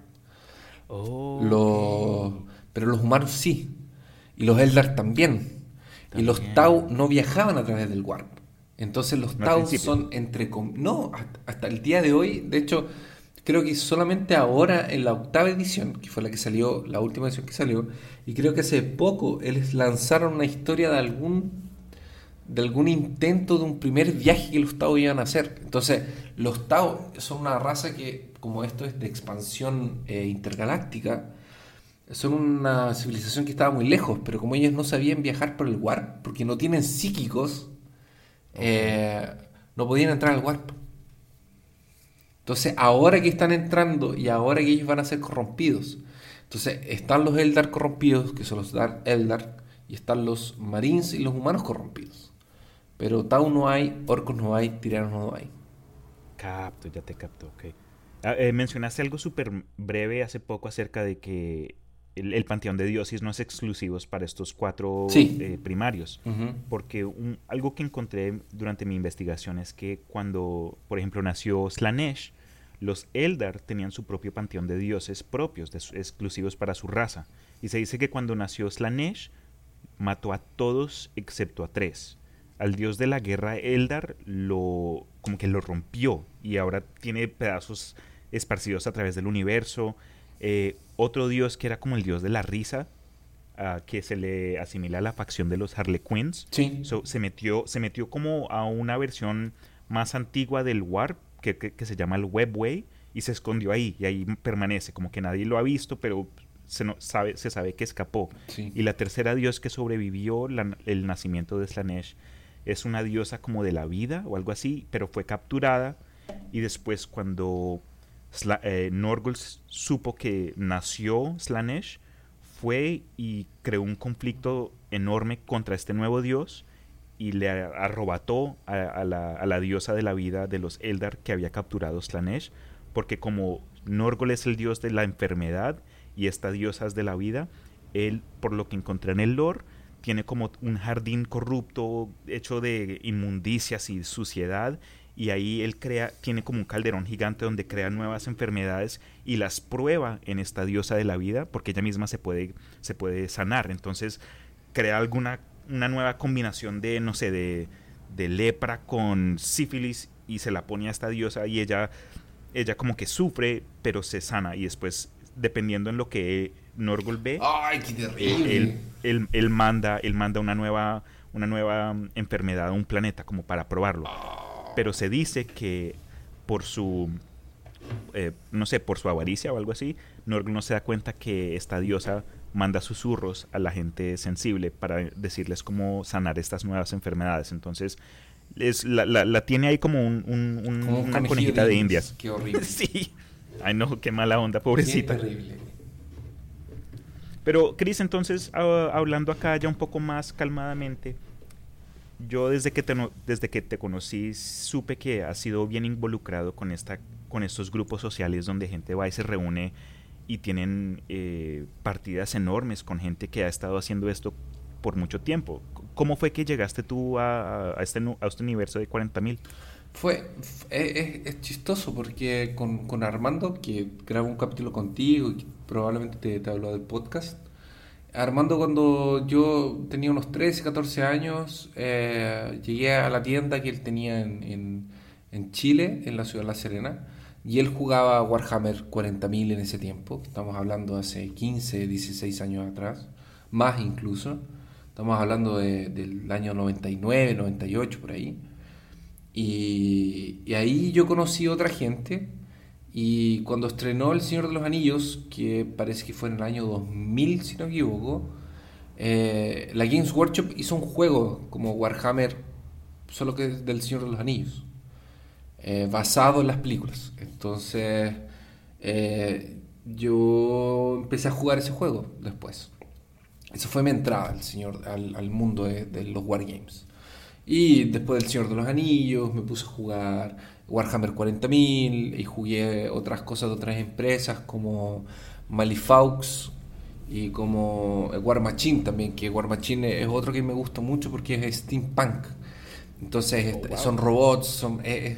Oh,
Pero los humanos sí. Y los Eldar también. Y los Tau no viajaban a través del warp. Entonces los Tau son no, hasta el día de hoy. De hecho, creo que solamente ahora en la 8ª edición, que fue la que salió, la última edición que salió, y creo que hace poco ellos lanzaron una historia de algún intento de un primer viaje que los Tau iban a hacer. Entonces, los Tau son una raza que, como esto es de expansión intergaláctica, son una civilización que estaba muy lejos, pero como ellos no sabían viajar por el warp, porque no tienen psíquicos, no podían entrar al warp. Entonces, ahora que están entrando y ahora que ellos van a ser corrompidos, entonces están los Eldar corrompidos, que son los Dark Eldar, y están los Marines y los humanos corrompidos. Pero Tau no hay, orcos no hay, tiranos no hay.
ya te capto, ok. Mencionaste algo súper breve hace poco acerca de que el panteón de dioses no es exclusivo para estos 4
Sí.
primarios.
Uh-huh.
Porque algo que encontré durante mi investigación es que cuando, por ejemplo, nació Slanesh, los Eldar tenían su propio panteón de dioses propios, exclusivos para su raza. Y se dice que cuando nació Slanesh, mató a todos excepto a 3. Al dios de la guerra Eldar como que lo rompió y ahora tiene pedazos esparcidos a través del universo. Otro dios que era como el dios de la risa, que se le asimila a la facción de los Harlequins.
Sí.
Se metió como a una versión más antigua del Warp que se llama el Webway y se escondió ahí y ahí permanece, como que nadie lo ha visto, pero se sabe que escapó.
Sí.
Y la tercera dios que sobrevivió el nacimiento de Slanesh es una diosa como de la vida o algo así, pero fue capturada y después cuando Norgol supo que nació Slanesh, fue y creó un conflicto enorme contra este nuevo dios y le arrebató a la diosa de la vida de los Eldar que había capturado Slanesh, porque como Norgol es el dios de la enfermedad y esta diosa es de la vida, él, por lo que encontré en el lore, tiene como un jardín corrupto hecho de inmundicias y suciedad, y ahí él tiene como un calderón gigante donde crea nuevas enfermedades y las prueba en esta diosa de la vida, porque ella misma se puede sanar. Entonces crea una nueva combinación de, no sé, de lepra con sífilis y se la pone a esta diosa y ella como que sufre, pero se sana, y después, dependiendo en lo que Norgol ve,
¡ay, qué terrible!
Él manda una nueva enfermedad a un planeta como para probarlo. Pero se dice que por su no sé, por su avaricia o algo así, Norgol no se da cuenta que esta diosa manda susurros a la gente sensible para decirles cómo sanar estas nuevas enfermedades. Entonces la tiene ahí como una conejita de indias.
Qué horrible.
Sí. Ay, no, qué mala onda, pobrecita.
Qué terrible.
Pero, Chris, entonces, hablando acá ya un poco más calmadamente, yo desde que te conocí supe que has sido bien involucrado con estos grupos sociales donde gente va y se reúne y tienen partidas enormes con gente que ha estado haciendo esto por mucho tiempo. ¿Cómo fue que llegaste tú a este universo de 40.000?
Es chistoso porque con Armando, que grabó un capítulo contigo y que probablemente te habló del podcast. Armando, cuando yo tenía unos 13, 14 años, llegué a la tienda que él tenía en Chile, en la ciudad de La Serena, y él jugaba Warhammer 40.000 en ese tiempo. Estamos hablando hace 15, 16 años atrás, más incluso. Estamos hablando del año 99, 98, por ahí. Y ahí yo conocí a otra gente. Y cuando estrenó El Señor de los Anillos, que parece que fue en el año 2000, si no me equivoco, la Games Workshop hizo un juego como Warhammer, solo que del Señor de los Anillos, basado en las películas. Entonces, yo empecé a jugar ese juego después. Eso fue mi entrada al mundo de los Wargames. Y después del Señor de los Anillos me puse a jugar Warhammer 40.000 y jugué otras cosas de otras empresas como Malifaux y como War Machine también, que War Machine es otro que me gusta mucho porque es steampunk. Entonces
Oh, wow.
son robots,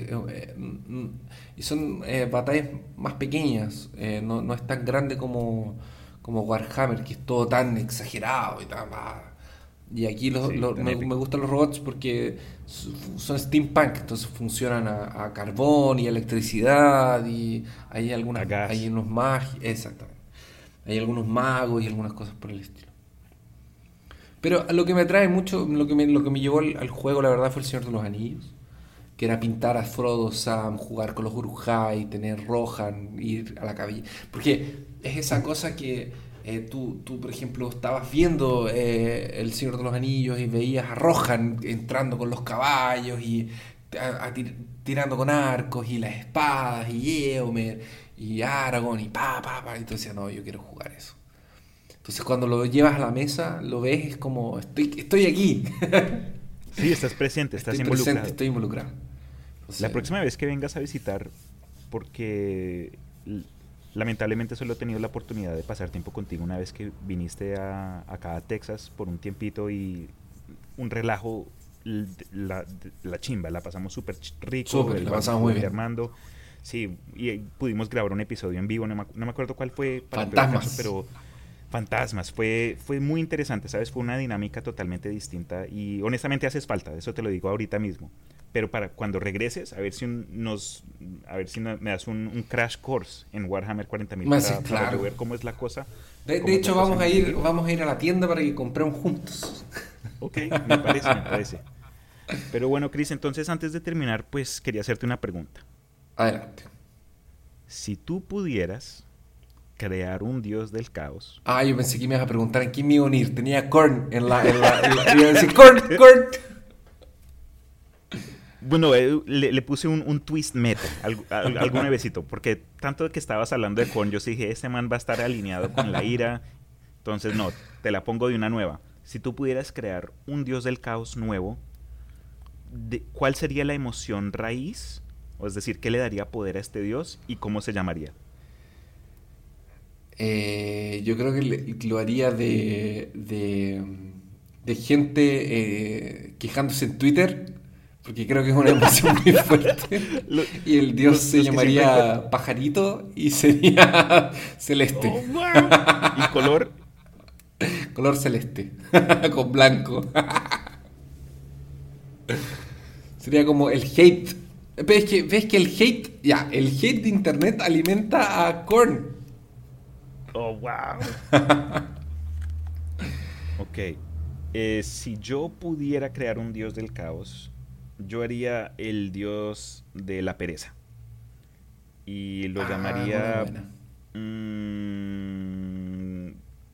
y son batallas más pequeñas, no es tan grande como Warhammer, que es todo tan exagerado y tan... Y aquí
Sí, tan
me
épico.
gustan los robots porque son steampunk, entonces funcionan a carbón y electricidad y
A
hay
gas.
unos magos, exactamente. Hay algunos magos y algunas cosas por el estilo. Pero lo que me atrae mucho, lo que me llevó al juego, la verdad, fue El Señor de los Anillos. Que era pintar a Frodo, Sam, jugar con los Uruk-hai, tener Rohan, ir a la cabilla. Porque es esa cosa que tú, por ejemplo, estabas viendo El Señor de los Anillos y veías a Rohan entrando con los caballos y tirando con arcos y las espadas y Éomer y Aragorn y pa. Y tú decías, no, yo quiero jugar eso. Entonces cuando lo llevas a la mesa, lo ves, es como, estoy aquí.
Sí, estás presente,
Estoy
estás
presente,
involucrado.
estoy involucrado.
La
Entonces,
próxima vez que vengas a visitar, porque lamentablemente solo he tenido la oportunidad de pasar tiempo contigo una vez que viniste acá a Texas por un tiempito y un relajo, la chimba, la pasamos súper rico,
súper,
el
la
bar
pasamos muy
estuvo
bien.
armando. Sí, y pudimos grabar un episodio en vivo, no me acuerdo cuál fue para el peor caso,
Fantasmas.
pero Fantasmas, fue muy interesante, ¿sabes? Fue una dinámica totalmente distinta y honestamente haces falta, eso te lo digo ahorita mismo. Pero para cuando regreses, a ver si me das un crash course en Warhammer 40.000
Más
para yo
claro.
ver cómo es la cosa,
De
cómo es la
hecho,
cosa en vivo.
vamos a ir a la tienda para que compremos juntos.
Ok, me parece, me parece. Pero bueno, Chris, entonces antes de terminar, pues quería hacerte una pregunta.
Adelante.
Si tú pudieras crear un dios del caos,
Ah, yo pensé que me ibas a preguntar en quién me iba a unir. Tenía Korn iba a decir, Korn.
bueno, le puse un twist meta, algún nuevecito, porque tanto que estabas hablando de Korn, yo sí dije, este man va a estar alineado con la ira, entonces no, te la pongo de una nueva. Si tú pudieras crear un dios del caos nuevo, ¿cuál sería la emoción raíz? O es decir, ¿qué le daría poder a este dios y cómo se llamaría?
Yo creo que lo haría de gente quejándose en Twitter, porque creo que es una emoción muy fuerte.
Lo-
Y el dios se
los que siempre
llamaría Pajarito y sería celeste,
¡Oh, wow! Y color,
color celeste, con blanco. Sería como el hate. Ves que el hate, ya, el hate de internet alimenta a Korn.
¡oh, wow! Ok. Si yo pudiera crear un dios del caos, yo haría el dios de la pereza. Y lo
Ah, es una
llamaría
buena.
mm,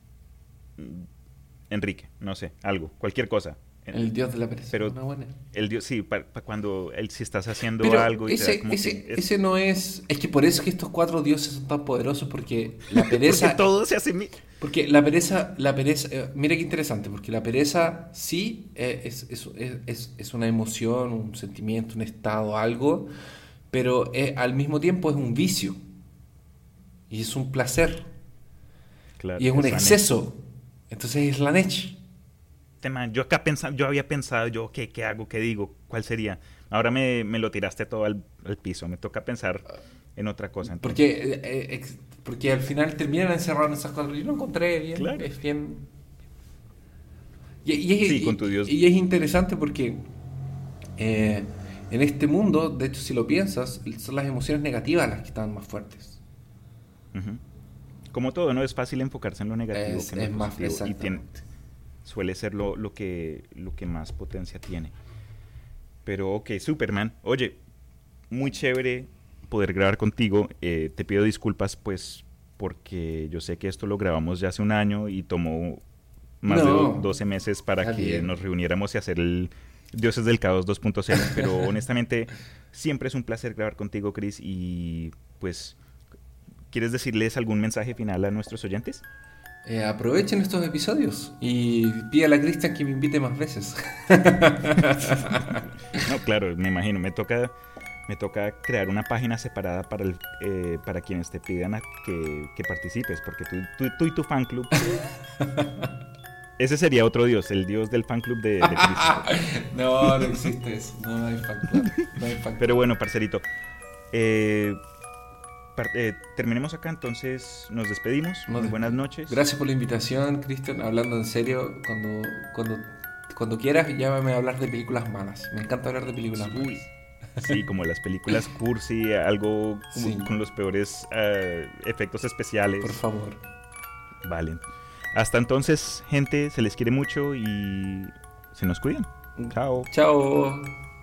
Enrique, no sé, algo, cualquier cosa.
El dios de la pereza,
Pero
una buena.
el dios, sí, para cuando si estás haciendo
Pero
algo y te da como que
ese no es. Es que por eso es que estos cuatro dioses son tan poderosos, porque la
porque
pereza.
todo se hace
Porque la pereza, mira qué interesante, porque la pereza sí es una emoción, un sentimiento, un estado, algo, pero al mismo tiempo es un vicio y es un placer
claro,
y es un
es la Nech.
exceso. Entonces es la neche.
Man, yo había pensado, yo, ¿qué hago? ¿Qué digo? ¿Cuál sería? Ahora me lo tiraste todo al piso. Me toca pensar en otra cosa entonces.
Porque al final terminan encerrados en esas cosas. Yo lo encontré bien,
Claro.
es bien.
Sí, con tu Dios.
Y es interesante porque eh, En este mundo, de hecho, si lo piensas, son las emociones negativas las que están más fuertes.
Ujú. Como todo, ¿no? Es fácil enfocarse en lo negativo que en
Es
lo
más,
positivo y
exactamente.
suele ser lo que más potencia tiene. Pero ok, Superman. Oye, muy chévere poder grabar contigo. Te pido disculpas pues porque yo sé que esto lo grabamos ya hace un año y tomó más de
No,
12 meses para
está
que
bien.
nos reuniéramos y hacer el Dioses del Caos 2.0. Pero honestamente siempre es un placer grabar contigo, Chris. Y pues, ¿quieres decirles algún mensaje final a nuestros oyentes?
Aprovechen estos episodios y pídale a Cristian que me invite más veces.
No, claro, me imagino. Me toca crear una página separada para quienes te pidan que participes, porque tú y tu fan club, ese sería otro dios, el dios del fan club de Christopher.
No, no existe eso. No hay fan club. No hay fan
Pero
club.
bueno, parcerito, eh, terminemos acá, entonces nos despedimos.
No
Muy
te-
buenas noches.
Gracias por la invitación, Cristian. Hablando en serio, cuando quieras, llámame a hablar de películas malas. Me encanta hablar de películas
Uy,
malas.
sí, como las películas cursi, algo
Sí,
con los peores efectos
por
especiales.
favor.
Vale. Hasta entonces, gente, se les quiere mucho y se nos cuidan. Chao.
Chao.